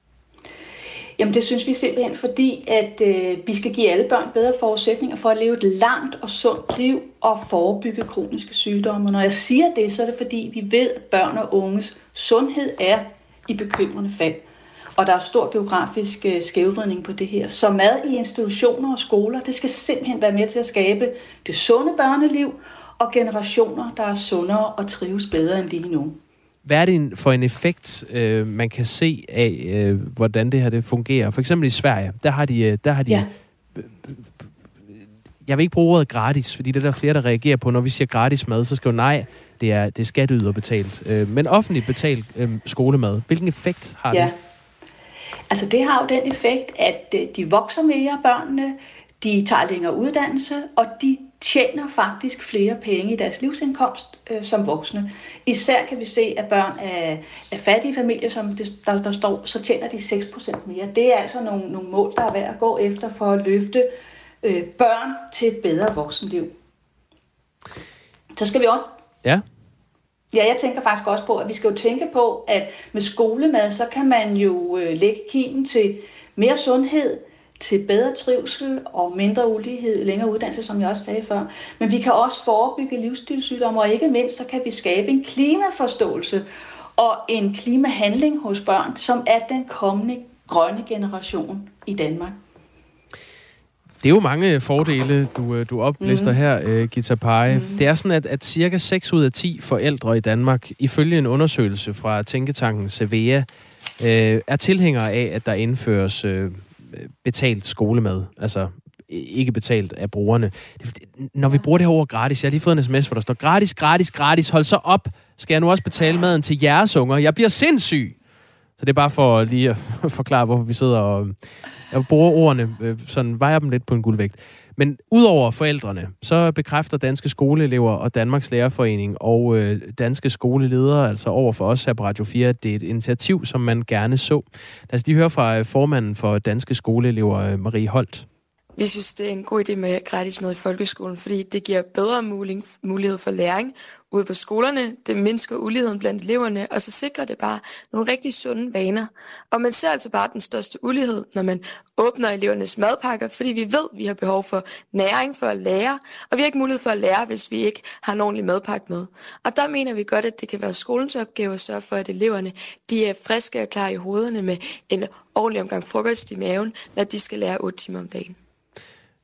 Jamen det synes vi simpelthen, fordi at øh, vi skal give alle børn bedre forudsætninger for at leve et langt og sundt liv og forebygge kroniske sygdomme. Og når jeg siger det, så er det fordi, vi ved, at børn og unges sundhed er i bekymrende fald. Og der er stor geografisk øh, skævvridning på det her. Så mad i institutioner og skoler, det skal simpelthen være med til at skabe det sunde børneliv og generationer, der er sundere og trives bedre end lige nu. Hvad er det for en effekt, øh, man kan se af, øh, hvordan det her det fungerer? For eksempel i Sverige, der har de... Der har de ja. Jeg vil ikke bruge ordet gratis, fordi det er der flere, der reagerer på. Når vi siger gratis mad, så skal jo nej, det er, det er skatteyderbetalt. Øh, men offentligt betalt øh, skolemad, hvilken effekt har ja. det? Altså det har jo den effekt, at de vokser mere, børnene, de tager længere uddannelse, og de tjener faktisk flere penge i deres livsindkomst øh, som voksne. Især kan vi se, at børn af, af fattige familier, som det, der, der står, så tjener de seks procent mere. Det er altså nogle, nogle mål, der er værd at gå efter for at løfte øh, børn til et bedre voksenliv. Så skal vi også... Ja. Ja, jeg tænker faktisk også på, at vi skal jo tænke på, at med skolemad, så kan man jo øh, lægge kimen til mere sundhed, til bedre trivsel og mindre ulighed, længere uddannelse, som jeg også sagde før. Men vi kan også forebygge livsstilssygdomme, og ikke mindst, så kan vi skabe en klimaforståelse og en klimahandling hos børn, som er den kommende grønne generation i Danmark. Det er jo mange fordele, du, du oplister mm. her, Gita Pei. Mm. Det er sådan, at, at cirka seks ud af ti forældre i Danmark, ifølge en undersøgelse fra tænketanken Cevea, øh, er tilhængere af, at der indføres øh, betalt skolemad. Altså ikke betalt af brugerne. Når vi bruger det her ord gratis, jeg har lige fået en sms, hvor der står gratis, gratis, gratis, hold så op. Skal jeg nu også betale maden til jeres unger? Jeg bliver sindssyg. Så det er bare for lige at forklare, hvorfor vi sidder og jeg bruger ordene, sådan vejer dem lidt på en guldvægt. Men udover forældrene, så bekræfter Danske Skoleelever og Danmarks Lærerforening og øh, Danske Skoleledere, altså over for os her på Radio fire, at det er et initiativ, som man gerne så. Lad os lige høre fra formanden for Danske Skoleelever, Marie Holt. Vi synes, det er en god idé med gratis mad i folkeskolen, fordi det giver bedre mulighed for læring ude på skolerne. Det mindsker uligheden blandt eleverne, og så sikrer det bare nogle rigtig sunde vaner. Og man ser altså bare den største ulighed, når man åbner elevernes madpakker, fordi vi ved, at vi har behov for næring for at lære, og vi har ikke mulighed for at lære, hvis vi ikke har en ordentlig madpakke med. Og der mener vi godt, at det kan være skolens opgave at sørge for, at eleverne de er friske og klar i hovederne med en ordentlig omgang frokost i maven, når de skal lære otte timer om dagen.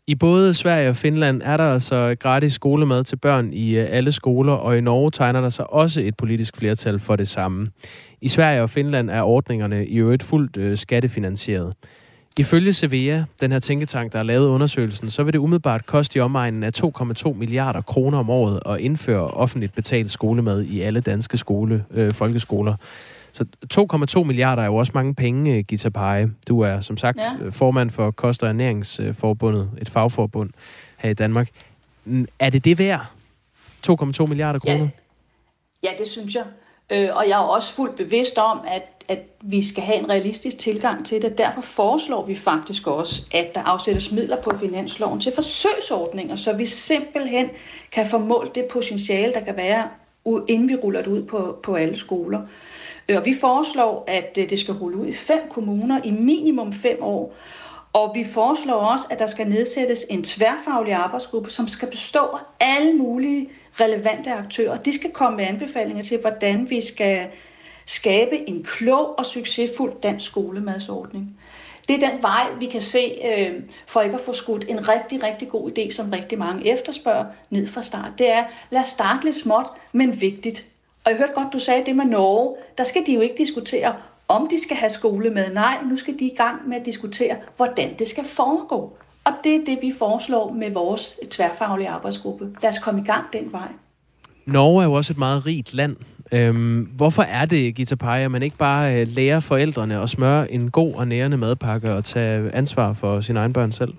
I både Sverige og Finland er der altså gratis skolemad til børn i alle skoler, og i Norge tegner der sig også et politisk flertal for det samme. I Sverige og Finland er ordningerne i øvrigt fuldt øh, skattefinansieret. Ifølge Cevea, den her tænketank, der har lavet undersøgelsen, så vil det umiddelbart koste i omegnen af to komma to milliarder kroner om året at indføre offentligt betalt skolemad i alle danske skole, øh, folkeskoler. Så to komma to milliarder er jo også mange penge, Gita Pei. Du er som sagt ja. formand for Kost- og Ernæringsforbundet, et fagforbund her i Danmark. Er det det værd? to komma to milliarder kroner? Ja. ja, det synes jeg. Øh, og jeg er også fuldt bevidst om, at, at vi skal have en realistisk tilgang til det. Derfor foreslår vi faktisk også, at der afsættes midler på finansloven til forsøgsordninger, så vi simpelthen kan få målt det potentiale, der kan være, inden vi ruller det ud på, på alle skoler. Og vi foreslår, at det skal rulle ud i fem kommuner i minimum fem år. Og vi foreslår også, at der skal nedsættes en tværfaglig arbejdsgruppe, som skal bestå af alle mulige relevante aktører. De skal komme med anbefalinger til, hvordan vi skal skabe en klog og succesfuld dansk skolemadsordning. Det er den vej, vi kan se, øh, for ikke at få skudt en rigtig, rigtig god idé, som rigtig mange efterspørger ned fra start. Det er, lad os starte lidt småt, men vigtigt. Og jeg hørte godt, du sagde det med Norge. Der skal de jo ikke diskutere, om de skal have skolemad. Nej, nu skal de i gang med at diskutere, hvordan det skal foregå. Og det er det, vi foreslår med vores tværfaglige arbejdsgruppe. Lad os komme i gang den vej. Norge er jo også et meget rigt land. Øhm, hvorfor er det, Gita Pei, at man ikke bare øh, lærer forældrene at smøre en god og nærende madpakke og tage ansvar for sine egne børn selv?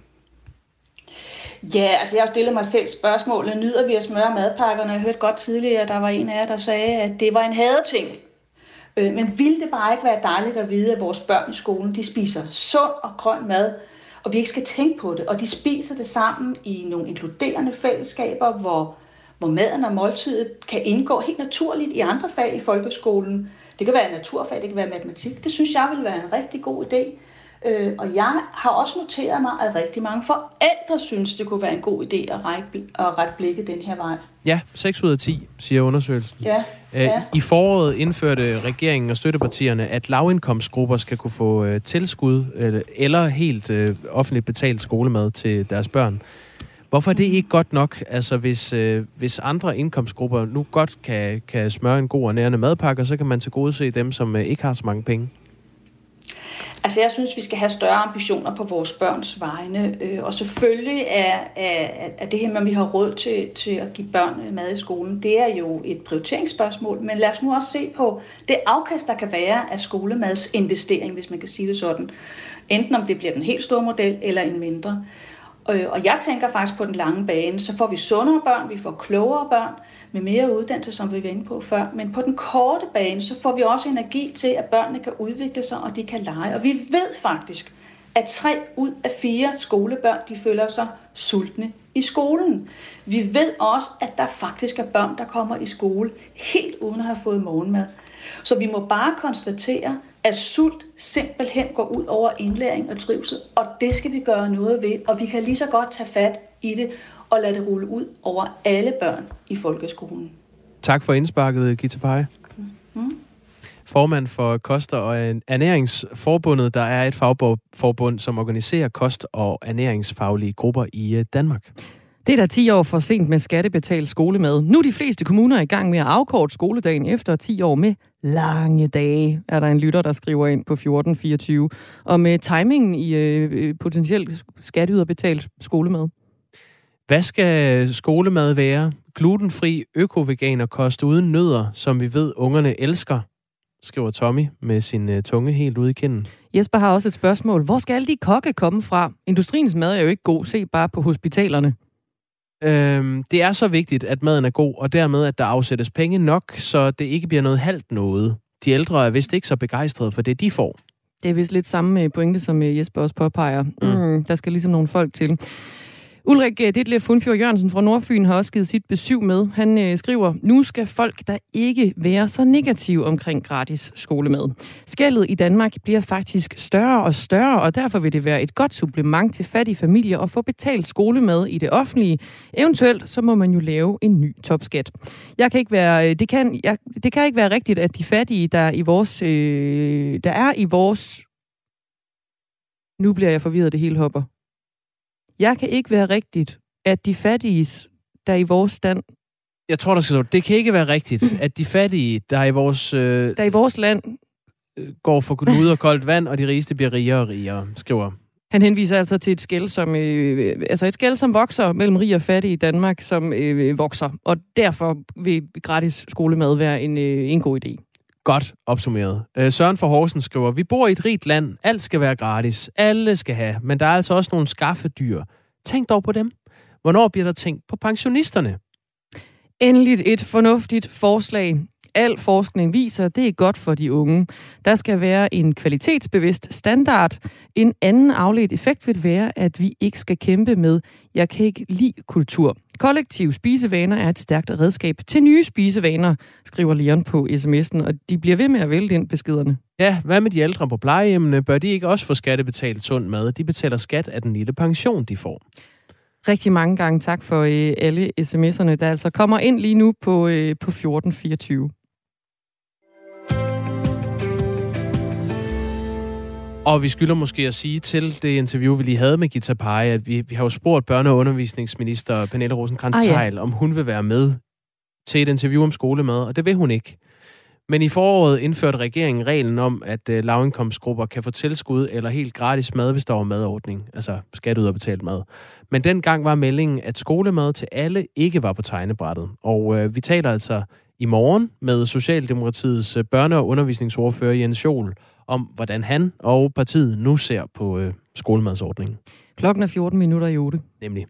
Ja, altså jeg har stillet mig selv spørgsmålet, nyder vi at smøre madpakkerne? Jeg hørte godt tidligere, at der var en af jer, der sagde, at det var en hadeting. Øh, men ville det bare ikke være dejligt at vide, at vores børn i skolen, de spiser sund og grøn mad, og vi ikke skal tænke på det, og de spiser det sammen i nogle inkluderende fællesskaber, hvor, hvor maden og måltidet kan indgå helt naturligt i andre fag i folkeskolen. Det kan være naturfag, det kan være matematik. Det synes jeg vil være en rigtig god idé. Øh, og jeg har også noteret mig, at rigtig mange forældre synes, det kunne være en god idé at, række, at rette blikket den her vej. Ja, seks ud af ti, siger undersøgelsen. Ja, ja. I foråret indførte regeringen og støttepartierne, at lavindkomstgrupper skal kunne få tilskud eller helt offentligt betalt skolemad til deres børn. Hvorfor er det ikke godt nok, altså hvis, hvis andre indkomstgrupper nu godt kan, kan smøre en god og nærende madpakke, så kan man tilgodese dem, som ikke har så mange penge? Altså jeg synes, vi skal have større ambitioner på vores børns vegne, og selvfølgelig er, er, er det her med, at vi har råd til, til at give børn mad i skolen, det er jo et prioriteringsspørgsmål, men lad os nu også se på det afkast, der kan være af skolemadsinvestering, hvis man kan sige det sådan. Enten om det bliver den helt store model eller en mindre. Og jeg tænker faktisk på den lange bane, så får vi sundere børn, vi får klogere børn, med mere uddannelse, som vi var inde på før. Men på den korte bane, så får vi også energi til, at børnene kan udvikle sig, og de kan lege. Og vi ved faktisk, at tre ud af fire skolebørn, de føler sig sultne i skolen. Vi ved også, at der faktisk er børn, der kommer i skole helt uden at have fået morgenmad. Så vi må bare konstatere, at sult simpelthen går ud over indlæring og trivsel, og det skal vi gøre noget ved. Og vi kan lige så godt tage fat i det og lade det rulle ud over alle børn i folkeskolen. Tak for indsparket, Gita Pei. Mm-hmm. Formand for Kost- og Ernæringsforbundet, der er et fagforbund, som organiserer kost- og ernæringsfaglige grupper i Danmark. Det er da ti år for sent med skattebetalt skolemad. Nu er de fleste kommuner i gang med at afkorte skoledagen efter ti år med lange dage, er der en lytter, der skriver ind på fjorten fireogtyve. Og med timingen i øh, potentielt skatteyderbetalt skolemad. Hvad skal skolemad være? Glutenfri øko-veganerkost uden nødder, som vi ved, ungerne elsker, skriver Tommy med sin uh, tunge helt ude i kinden. Jesper har også et spørgsmål. Hvor skal alle de kokke komme fra? Industriens mad er jo ikke god. Se bare på hospitalerne. Øhm, det er så vigtigt, at maden er god, og dermed, at der afsættes penge nok, så det ikke bliver noget halvt noget. De ældre er vist ikke så begejstrede for det, de får. Det er vist lidt samme pointe, som Jesper også påpeger. Mm. Mm, der skal ligesom nogle folk til. Ulrik Ditlev Fundfjord Jørgensen fra Nordfyn har også givet sit besøg med. Han øh, skriver, nu skal folk der ikke være så negative omkring gratis skolemad. Skellet i Danmark bliver faktisk større og større, og derfor vil det være et godt supplement til fattige familier at få betalt skolemad i det offentlige. Eventuelt så må man jo lave en ny topskat. Jeg kan ikke være, det, kan, jeg, det kan ikke være rigtigt, at de fattige, der, i vores, øh, der er i vores... Nu bliver jeg forvirret, det hele hopper. Jeg kan ikke være rigtigt, at de fattige, der i vores stand... Jeg tror, der skal stå, det kan ikke være rigtigt, at de fattige, der i vores... Øh, der i vores land... går for glud og koldt vand, og de rigeste bliver rigere og rigere, skriver. Han henviser altså til et skel, som, øh, altså et skel, som vokser mellem rig og fattig i Danmark, som øh, vokser. Og derfor vil gratis skolemad være en, øh, en god idé. Godt opsummeret. Søren fra Horsens skriver, vi bor i et rigt land, alt skal være gratis, alle skal have, men der er altså også nogle skaffedyr. Tænk dog på dem. Hvornår bliver der tænkt på pensionisterne? Endeligt et fornuftigt forslag. Al forskning viser, at det er godt for de unge. Der skal være en kvalitetsbevidst standard. En anden afledt effekt vil være, at vi ikke skal kæmpe med, jeg kan ikke lide kultur. Kollektive spisevaner er et stærkt redskab til nye spisevaner, skriver Leon på sms'en, og de bliver ved med at vælge ind beskederne. Ja, hvad med de ældre på plejehjemmene? Bør de ikke også få skattebetalt sund mad? De betaler skat af den lille pension, de får. Rigtig mange gange tak for øh, alle sms'erne, der altså kommer ind lige nu på, øh, på fjorten fireogtyve. Og vi skylder måske at sige til det interview, vi lige havde med Gita Pei, at vi, vi har jo spurgt børne- og undervisningsminister Pernille Rosenkrantz-Theil, ah, ja. om hun vil være med til et interview om skolemad, og det vil hun ikke. Men i foråret indførte regeringen reglen om, at uh, lavindkomstgrupper kan få tilskud eller helt gratis mad, hvis der var madordning, altså skatteyderbetalt mad. Men dengang var meldingen, at skolemad til alle ikke var på tegnebrættet. Og uh, vi taler altså i morgen med Socialdemokratiets børne- og undervisningsordfører Jens Joel om, hvordan han og partiet nu ser på uh, skolemadsordningen. Klokken er fjorten minutter i otte. Nemlig.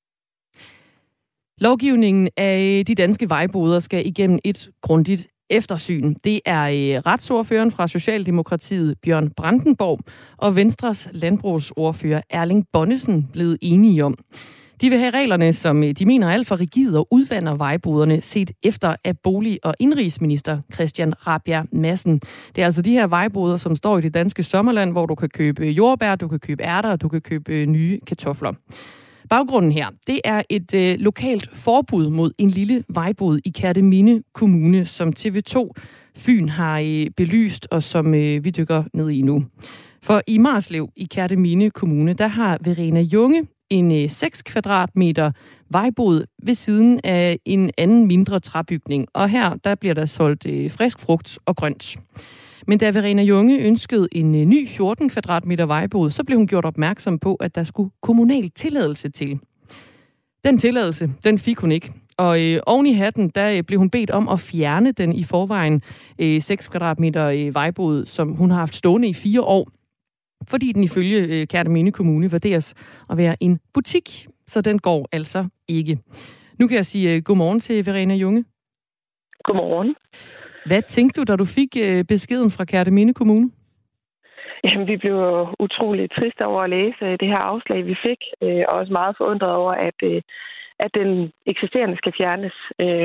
Lovgivningen af de danske vejboder skal igennem et grundigt eftersyn. Det er retsordføreren fra Socialdemokratiet Bjørn Brandenborg og Venstres landbrugsordfører Erling Bonnesen blevet enige om. De vil have reglerne, som de mener er alt for rigide og udvander vejboderne, set efter af bolig- og indrigsminister Christian Rabjerg Madsen. Det er altså de her vejboder, som står i det danske sommerland, hvor du kan købe jordbær, du kan købe ærter og du kan købe nye kartofler. Baggrunden her, det er et øh, lokalt forbud mod en lille vejbod i Kerteminde Kommune, som T V to Fyn har øh, belyst, og som øh, vi dykker ned i nu. For i Marslev i Kerteminde Kommune, der har Verena Junge en øh, seks kvadratmeter vejbod ved siden af en anden mindre træbygning. Og her, der bliver der solgt øh, frisk frugt og grønt. Men da Verena Junge ønskede en ny fjorten kvadratmeter vejbod, så blev hun gjort opmærksom på, at der skulle kommunal tilladelse til. Den tilladelse, den fik hun ikke. Og øh, oven i hatten, der blev hun bedt om at fjerne den i forvejen øh, seks kvadratmeter øh, vejbod, som hun har haft stående i fire år. Fordi den ifølge øh, Kerteminde Kommune vurderes at være en butik, så den går altså ikke. Nu kan jeg sige øh, godmorgen til Verena Junge. Godmorgen. Hvad tænkte du, da du fik beskeden fra Kerteminde Kommune? Jamen, vi blev utroligt triste over at læse det her afslag, vi fik, og også meget forundret over, at, at den eksisterende skal fjernes.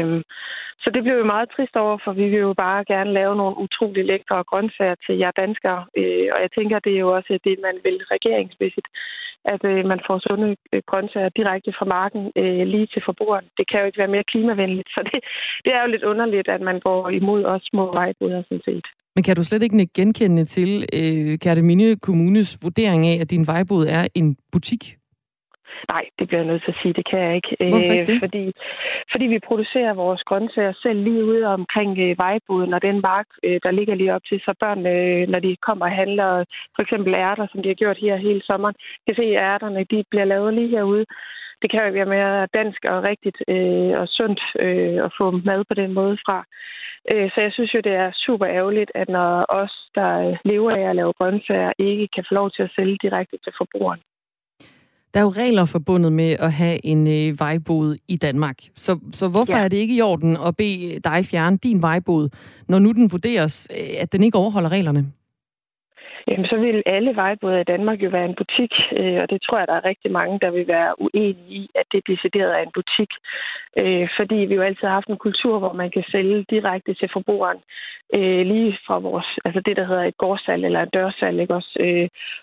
Så det blev vi meget trist over, for vi vil jo bare gerne lave nogle utrolig lækre grøntsager til jer danskere. Og jeg tænker, det er jo også det, man vil regeringsmæssigt, at man får sunde grøntsager direkte fra marken lige til forbrugeren. Det kan jo ikke være mere klimavenligt, så det, det er jo lidt underligt, at man går imod os små vejboder sådan set. Men kan du slet ikke genkende til øh, Kerteminde Kommunes vurdering af, at din vejbod er en butik? Nej, det bliver jeg nødt til at sige. Det kan jeg ikke. Hvorfor ikke det? Fordi, fordi vi producerer vores grøntsager selv lige ude omkring øh, vejboden og den mark, øh, der ligger lige op til. Så børn, øh, når de kommer og handler for eksempel ærter, som de har gjort her hele sommeren, kan se, at ærterne de bliver lavet lige herude. Det kan jo være mere dansk og rigtigt øh, og sundt øh, at få mad på den måde fra. Øh, så jeg synes jo, det er super ærgerligt, at når os, der lever af at lave grøntsager, ikke kan få lov til at sælge direkte til forbrugeren. Der er jo regler forbundet med at have en øh, vejbod i Danmark. Så, så hvorfor ja. er det ikke i orden at bede dig fjerne din vejbod, når nu den vurderes, øh, at den ikke overholder reglerne? Jamen, så vil alle vejboder i Danmark jo være en butik, øh, og det tror jeg, der er rigtig mange, der vil være uenige i, at det decideret er en butik. Øh, fordi vi jo altid har haft en kultur, hvor man kan sælge direkte til forbrugeren, øh, lige fra vores, altså det, der hedder et gårdssalg eller et dørsalg, ikke også? Øh,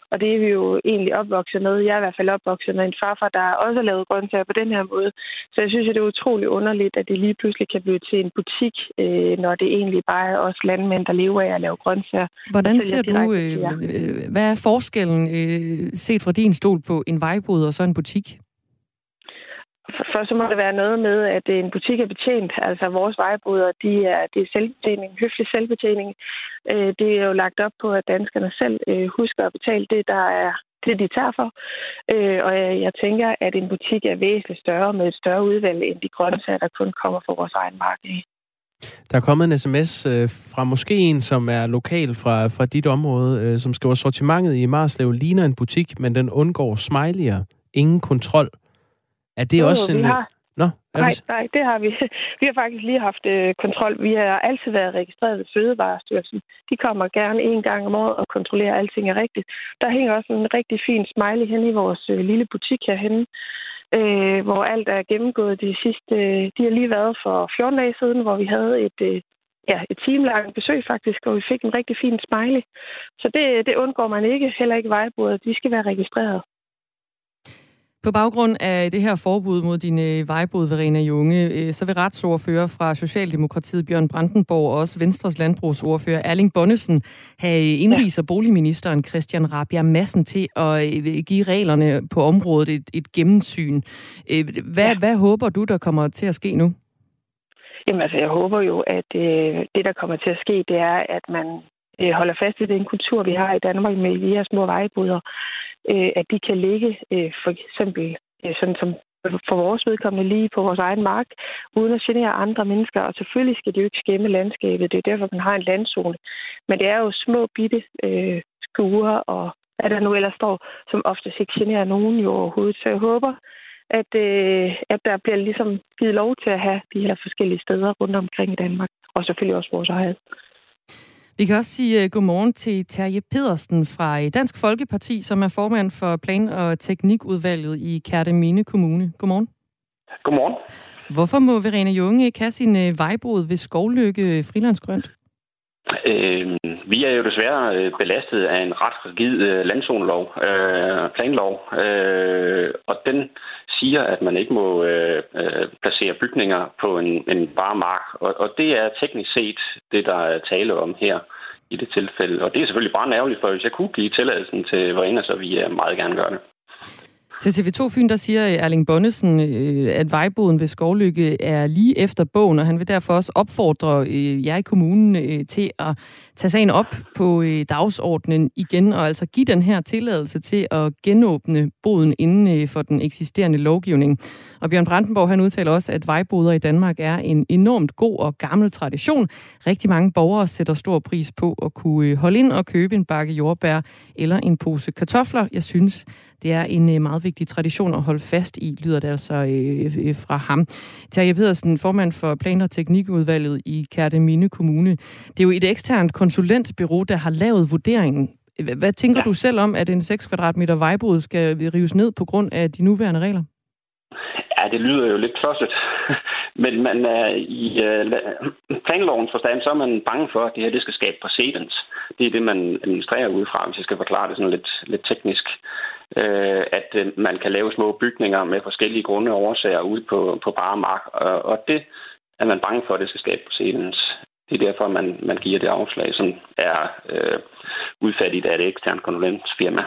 Og det er vi jo egentlig opvokset med. Jeg er i hvert fald opvokset med en farfar, der også har lavet grøntsager på den her måde. Så jeg synes, at det er utroligt underligt, at det lige pludselig kan blive til en butik, øh, når det egentlig bare er os landmænd, der lever af at lave grøntsager. Hvordan ser du, øh, hvad er forskellen øh, set fra din stol på en vejbod og så en butik? Først så må det være noget med, at en butik er betjent. Altså vores vejboder, de er, det er selvbetjening, høflig selvbetjening. Det er jo lagt op på, at danskerne selv husker at betale det, der er det, de tager for. Og jeg tænker, at en butik er væsentligt større med et større udvalg end de grøntsager, der kun kommer fra vores egen marked. Der er kommet en sms fra måske en, som er lokal fra, fra dit område, som skriver, sortimentet i Marslev ligner en butik, men den undgår smiley'er. Ingen kontrol. Er det jo, også en... Har... Nå, nej, nej, det har vi. Vi har faktisk lige haft øh, kontrol. Vi har altid været registreret ved Fødevarestyrelsen. De kommer gerne en gang om året og kontrollerer, at alting er rigtigt. Der hænger også en rigtig fin smiley hen i vores øh, lille butik herhenne, øh, hvor alt er gennemgået de sidste... Øh, de har lige været for fjorten dage siden, hvor vi havde et... Øh, Ja, et timelangt besøg faktisk, og vi fik en rigtig fin smiley. Så det, det undgår man ikke, heller ikke vejboder. De skal være registreret. På baggrund af det her forbud mod din øh, vejbod, Verena Junge, øh, så vil retsordfører fra Socialdemokratiet Bjørn Brandenborg og også Venstres landbrugsordfører Erling Bonnesen have indviser ja. boligministeren Christian Rabjerg Madsen til at øh, give reglerne på området et, et gennemsyn. Øh, hvad, ja. hvad håber du, der kommer til at ske nu? Jamen altså, jeg håber jo, at øh, det, der kommer til at ske, det er, at man øh, holder fast i den kultur, vi har i Danmark med de her små vejboder, øh, at de kan ligge øh, for eksempel øh, sådan som for vores vedkommende lige på vores egen mark, uden at genere andre mennesker. Og selvfølgelig skal det jo ikke skæmme landskabet. Det er derfor, man har en landzone. Men det er jo små bitte øh, skuer og hvad der nu ellers står, som oftest ikke generer nogen jo overhovedet. Så jeg håber, at, øh, at der bliver ligesom givet lov til at have de her forskellige steder rundt omkring i Danmark. Og selvfølgelig også vores eget. Vi kan også sige uh, godmorgen til Terje Pedersen fra Dansk Folkeparti, som er formand for Plan- og Teknikudvalget i Kerteminde Kommune. Godmorgen. Godmorgen. Hvorfor må Verena Junge ikke have sin uh, vejbrud ved Skovlykke Frilandsgrønt? Øh, vi er jo desværre belastet af en ret rigid øh, landzonelov, øh, planlov, øh, og den siger, at man ikke må øh, øh, placere bygninger på en, en bare mark. Og, og det er teknisk set det, der er tale om her i det tilfælde. Og det er selvfølgelig bare ærgerligt, for hvis jeg kunne give tilladelsen til Verena, så vil jeg meget gerne gøre det. Til T V to Fyn, der siger Erling Bonnesen, at vejboden ved Skovlykke er lige efter bogen, og han vil derfor også opfordre jer i kommunen til at tage sagen op på dagsordenen igen, og altså give den her tilladelse til at genåbne boden inden for den eksisterende lovgivning. Og Bjørn Brandenborg, han udtaler også, at vejboder i Danmark er en enormt god og gammel tradition. Rigtig mange borgere sætter stor pris på at kunne holde ind og købe en bakke jordbær eller en pose kartofler. Jeg synes, det er en meget vigtig tradition at holde fast i, lyder det altså øh, fra ham. Terje Pedersen, formand for Plan- og Teknikudvalget i Kerteminde Kommune. Det er jo et eksternt konsulentbureau, der har lavet vurderingen. Hvad tænker ja. du selv om, at en seks kvadratmeter vejbod skal rives ned på grund af de nuværende regler? Ja, det lyder jo lidt klodset. Men man er i uh, planlovens forstand, så er man bange for, at det her det skal skabe præcedens. Det er det, man administrerer udefra, hvis jeg skal forklare det sådan lidt, lidt teknisk. Uh, at uh, man kan lave små bygninger med forskellige grunde og årsager ude på, på bare mark. Og, og det er man bange for, at det skal skabe præcedens. Det er derfor, man, man giver det afslag, som er uh, udfærdigt af et eksternt konsulentfirma.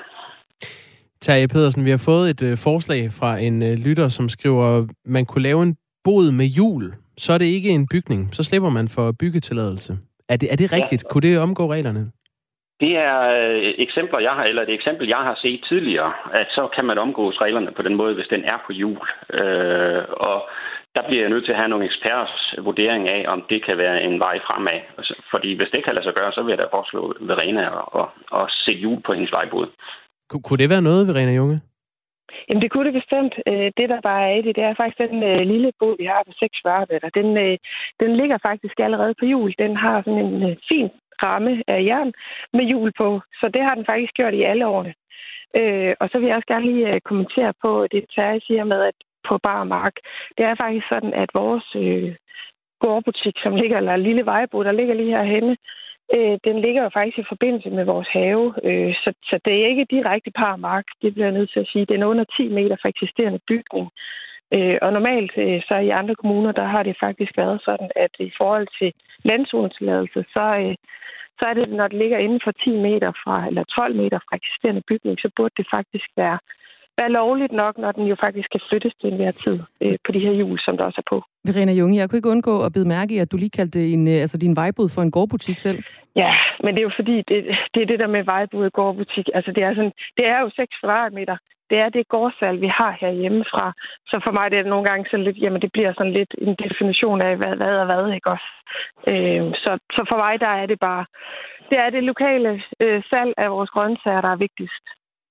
Terje Pedersen, vi har fået et øh, forslag fra en øh, lytter, som skriver, man kunne lave en bod med hjul. Så er det ikke en bygning. Så slipper man for byggetilladelse. Er det, er det rigtigt? Ja. Kunne det omgå reglerne? Det er øh, eksempler, jeg har, eller et eksempel, jeg har set tidligere, at så kan man omgås reglerne på den måde, hvis den er på hjul. Øh, og der bliver jeg nødt til at have nogle eksperters vurdering af, om det kan være en vej fremad. Fordi hvis det kan lade sig gøre, så vil jeg da foreslå Verena at, at sætte hjul på hendes vejbod. Kunne det være noget, Verena Junge? Jamen, det kunne det bestemt. Det, der bare er i det, det er faktisk den øh, lille båd, vi har på seks kvadratmeter. Den, øh, den ligger faktisk allerede på hjul. Den har sådan en øh, fin ramme af jern med hjul på. Så det har den faktisk gjort i alle årene. Øh, og så vil jeg også gerne lige øh, kommentere på det, Terje siger med, at på bar mark. Det er faktisk sådan, at vores øh, gårdbutik, som ligger, eller lille vejbod, der ligger lige herhenne, Øh, den ligger jo faktisk i forbindelse med vores have, øh, så, så det er ikke direkte par mark. Det bliver jeg nødt til at sige. Den er under ti meter fra eksisterende bygning. Øh, og normalt øh, så i andre kommuner, der har det faktisk været sådan, at i forhold til landzonetilladelse, så, øh, så er det, når det ligger inden for ti meter fra, eller tolv meter fra eksisterende bygning, så burde det faktisk være, være lovligt nok, når den jo faktisk kan flyttes til enhver tid øh, på de her hjul, som der også er på. Verena Junge, jeg kunne ikke undgå at bide mærke i, at du lige kaldte en, altså din vejbod for en gårdbutik selv. Ja, men det er jo fordi, det, det er det der med vejbod og gårdbutik. Altså det er, sådan, det er jo seks kvadratmeter. Det er det gårdsalg, vi har herhjemmefra. Så for mig det er det nogle gange sådan lidt, jamen det bliver sådan lidt en definition af, hvad, hvad og hvad, ikke også? Øh, så, så for mig, der er det bare, det er det lokale øh, salg af vores grøntsager, der er vigtigst.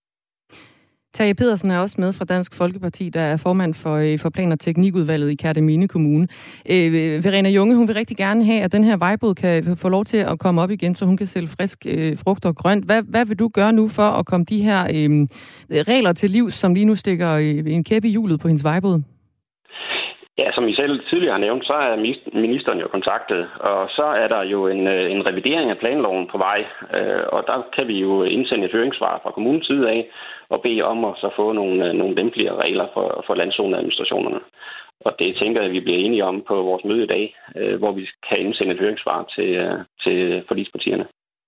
Terje Pedersen er også med fra Dansk Folkeparti, der er formand for, for Plan- og Teknikudvalget i Kerteminde Kommune. Øh, Verena Junge, hun vil rigtig gerne have, at den her vejbod kan få lov til at komme op igen, så hun kan sælge frisk øh, frugt og grønt. Hvad, hvad vil du gøre nu for at komme de her øh, regler til livs, som lige nu stikker øh, en kæp i hjulet på hendes vejbod? Ja, som I selv tidligere har nævnt, så er ministeren jo kontaktet, og så er der jo en, en revidering af planloven på vej, og der kan vi jo indsende et høringssvar fra kommunens side af og bede om at så få nogle, nogle lempeligere regler for, for landzoneadministrationerne. Og det tænker jeg, at vi bliver enige om på vores møde i dag, hvor vi kan indsende et høringssvar til, til forligspartierne.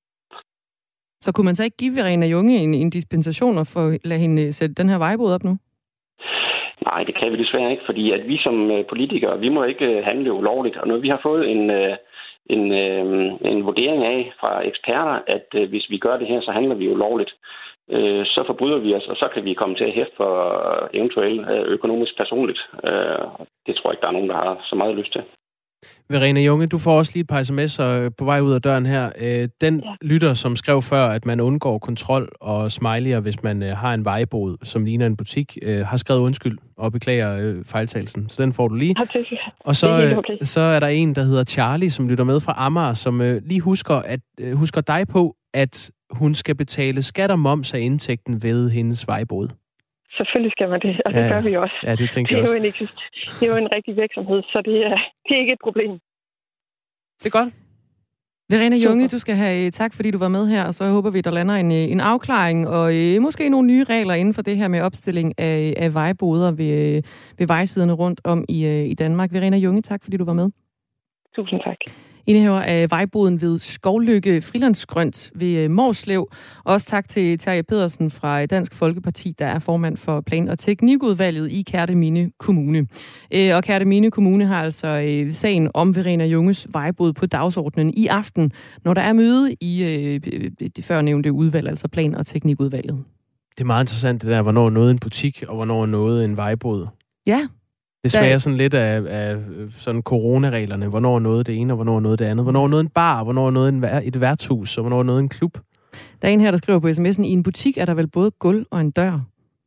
Så kunne man så ikke give Verena Junge en, en dispensation og få, lade hende sætte den her vejbod op nu? Nej, det kan vi desværre ikke, fordi at vi som politikere, vi må ikke handle ulovligt. Og når vi har fået en, en, en vurdering af fra eksperter, at hvis vi gør det her, så handler vi ulovligt, så forbryder vi os, og så kan vi komme til at hæfte for eventuelt økonomisk personligt. Det tror jeg ikke, der er nogen, der har så meget lyst til. Verena Junge, du får også lige et par sms'er på vej ud af døren her. Den ja. lytter, som skrev før, at man undgår kontrol og smiley'er, hvis man har en vejbod, som ligner en butik, har skrevet undskyld og beklager fejltagelsen. Så den får du lige. Og så, okay. så er der en, der hedder Charlie, som lytter med fra Amager, som lige husker, at, husker dig på, at hun skal betale skat og moms af indtægten ved hendes vejbod. Selvfølgelig skal man det, og det ja, gør vi også. Ja, det tænker jeg også. Det er, jo en, det er jo en rigtig virksomhed, så det er, det er ikke et problem. Det er godt. Verena Junge, du skal have tak, fordi du var med her, og så håber vi, der lander en, en afklaring, og øh, måske nogle nye regler inden for det her med opstilling af, af vejboder ved, ved vejsiderne rundt om i, øh, i Danmark. Verena Junge, tak, fordi du var med. Tusind tak. Indehaver af vejboden ved Skovlykke Frilandsgrønt ved Mårslev. Også tak til Terje Pedersen fra Dansk Folkeparti, der er formand for Plan- og Teknikudvalget i Kerteminde Kommune. Og Kerteminde Kommune har altså sagen om Verena Junges vejbod på dagsordenen i aften, når der er møde i det førnævnte udvalg, altså Plan- og Teknikudvalget. Det er meget interessant, det der, hvornår noget en butik, og hvornår noget en vejbod. Ja. Det smager sådan lidt af, af sådan coronareglerne. Hvornår er noget det ene, og hvornår er noget det andet. Hvornår er noget en bar, hvornår er noget en, et værtshus, og hvornår er noget en klub. Der er en her, der skriver på sms'en, i en butik er der vel både gulv og en dør?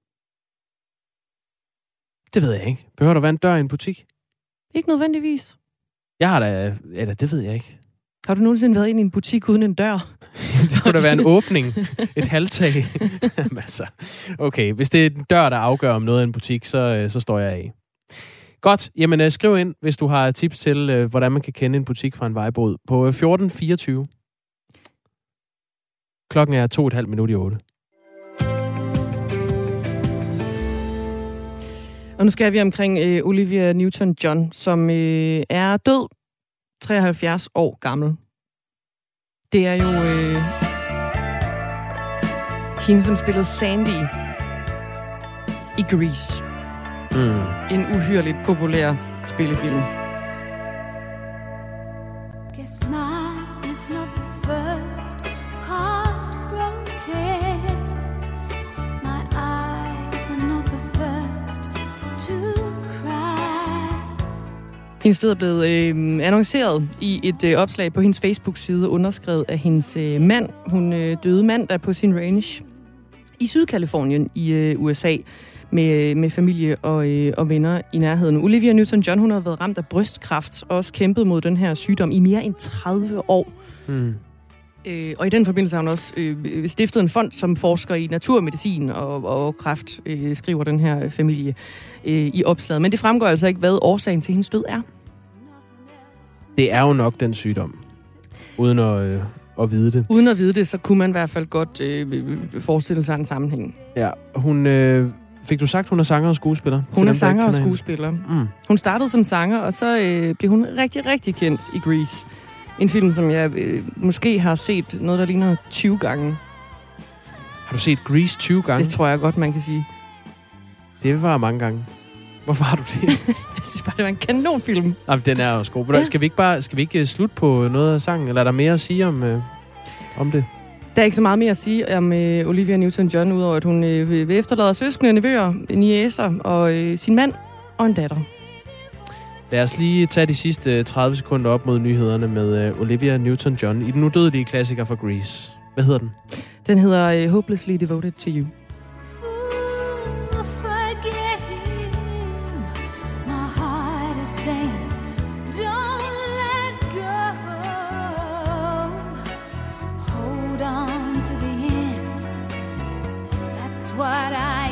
Det ved jeg ikke. Behøver der være en dør i en butik? Ikke nødvendigvis. Jeg har da... Eller det ved jeg ikke. Har du nogensinde været inde i en butik uden en dør? Det kunne da være en åbning. Et halvtag. altså, okay, hvis det er en dør, der afgør om noget i en butik, så, så står jeg af. Godt. Jamen, uh, skriv ind, hvis du har tips til, uh, hvordan man kan kende en butik fra en vejbod. På fjorten fireogtyve. Klokken er to og et halvt minut i otte. Og nu skal vi omkring uh, Olivia Newton-John, som uh, er død, treoghalvfjerds år gammel. Det er jo uh, hende, som spillede Sandy i Grease. Mm. En uhyrligt populær spillefilm. Guess mine is not the first heartbroken. My eyes are not the first to cry. Hendes død er blevet øh, annonceret i et øh, opslag på hendes Facebook-side, underskrevet af hendes øh, mand. Hun øh, døde mandag på sin range i Sydkalifornien i øh, U S A. Med, med familie og, øh, og venner i nærheden. Olivia Newton-John, hun har været ramt af brystkræft og også kæmpet mod den her sygdom i mere end tredive år. Mm. Øh, og i den forbindelse har hun også øh, stiftet en fond, som forsker i naturmedicin og, og kræft, øh, skriver den her familie øh, i opslaget. Men det fremgår altså ikke, hvad årsagen til hendes død er. Det er jo nok den sygdom. Uden at, øh, at vide det. Uden at vide det, så kunne man i hvert fald godt øh, forestille sig en sammenhæng. Ja, hun... Øh, fik du sagt, hun er sanger og skuespiller? Hun er sanger og skuespiller. Mm. Hun startede som sanger, og så øh, blev hun rigtig, rigtig kendt i Grease. En film, som jeg øh, måske har set noget, der ligner tyve gange. Har du set Grease tyve gange? Det tror jeg godt, man kan sige. Det var mange gange. Hvorfor har du det? Jeg synes bare, det var en kanonfilm. Jamen, den er også god. Ja. Skal vi ikke bare skal vi ikke slutte på noget af sangen, eller er der mere at sige om, øh, om det? Der er ikke så meget mere at sige om øh, Olivia Newton-John, udover at hun øh, vil efterlade søskende, nevøer, niæser og øh, sin mand og en datter. Lad os lige tage de sidste tredive sekunder op mod nyhederne med øh, Olivia Newton-John i den udødelige klassiker for Grease. Hvad hedder den? Den hedder øh, Hopelessly Devoted to You. What I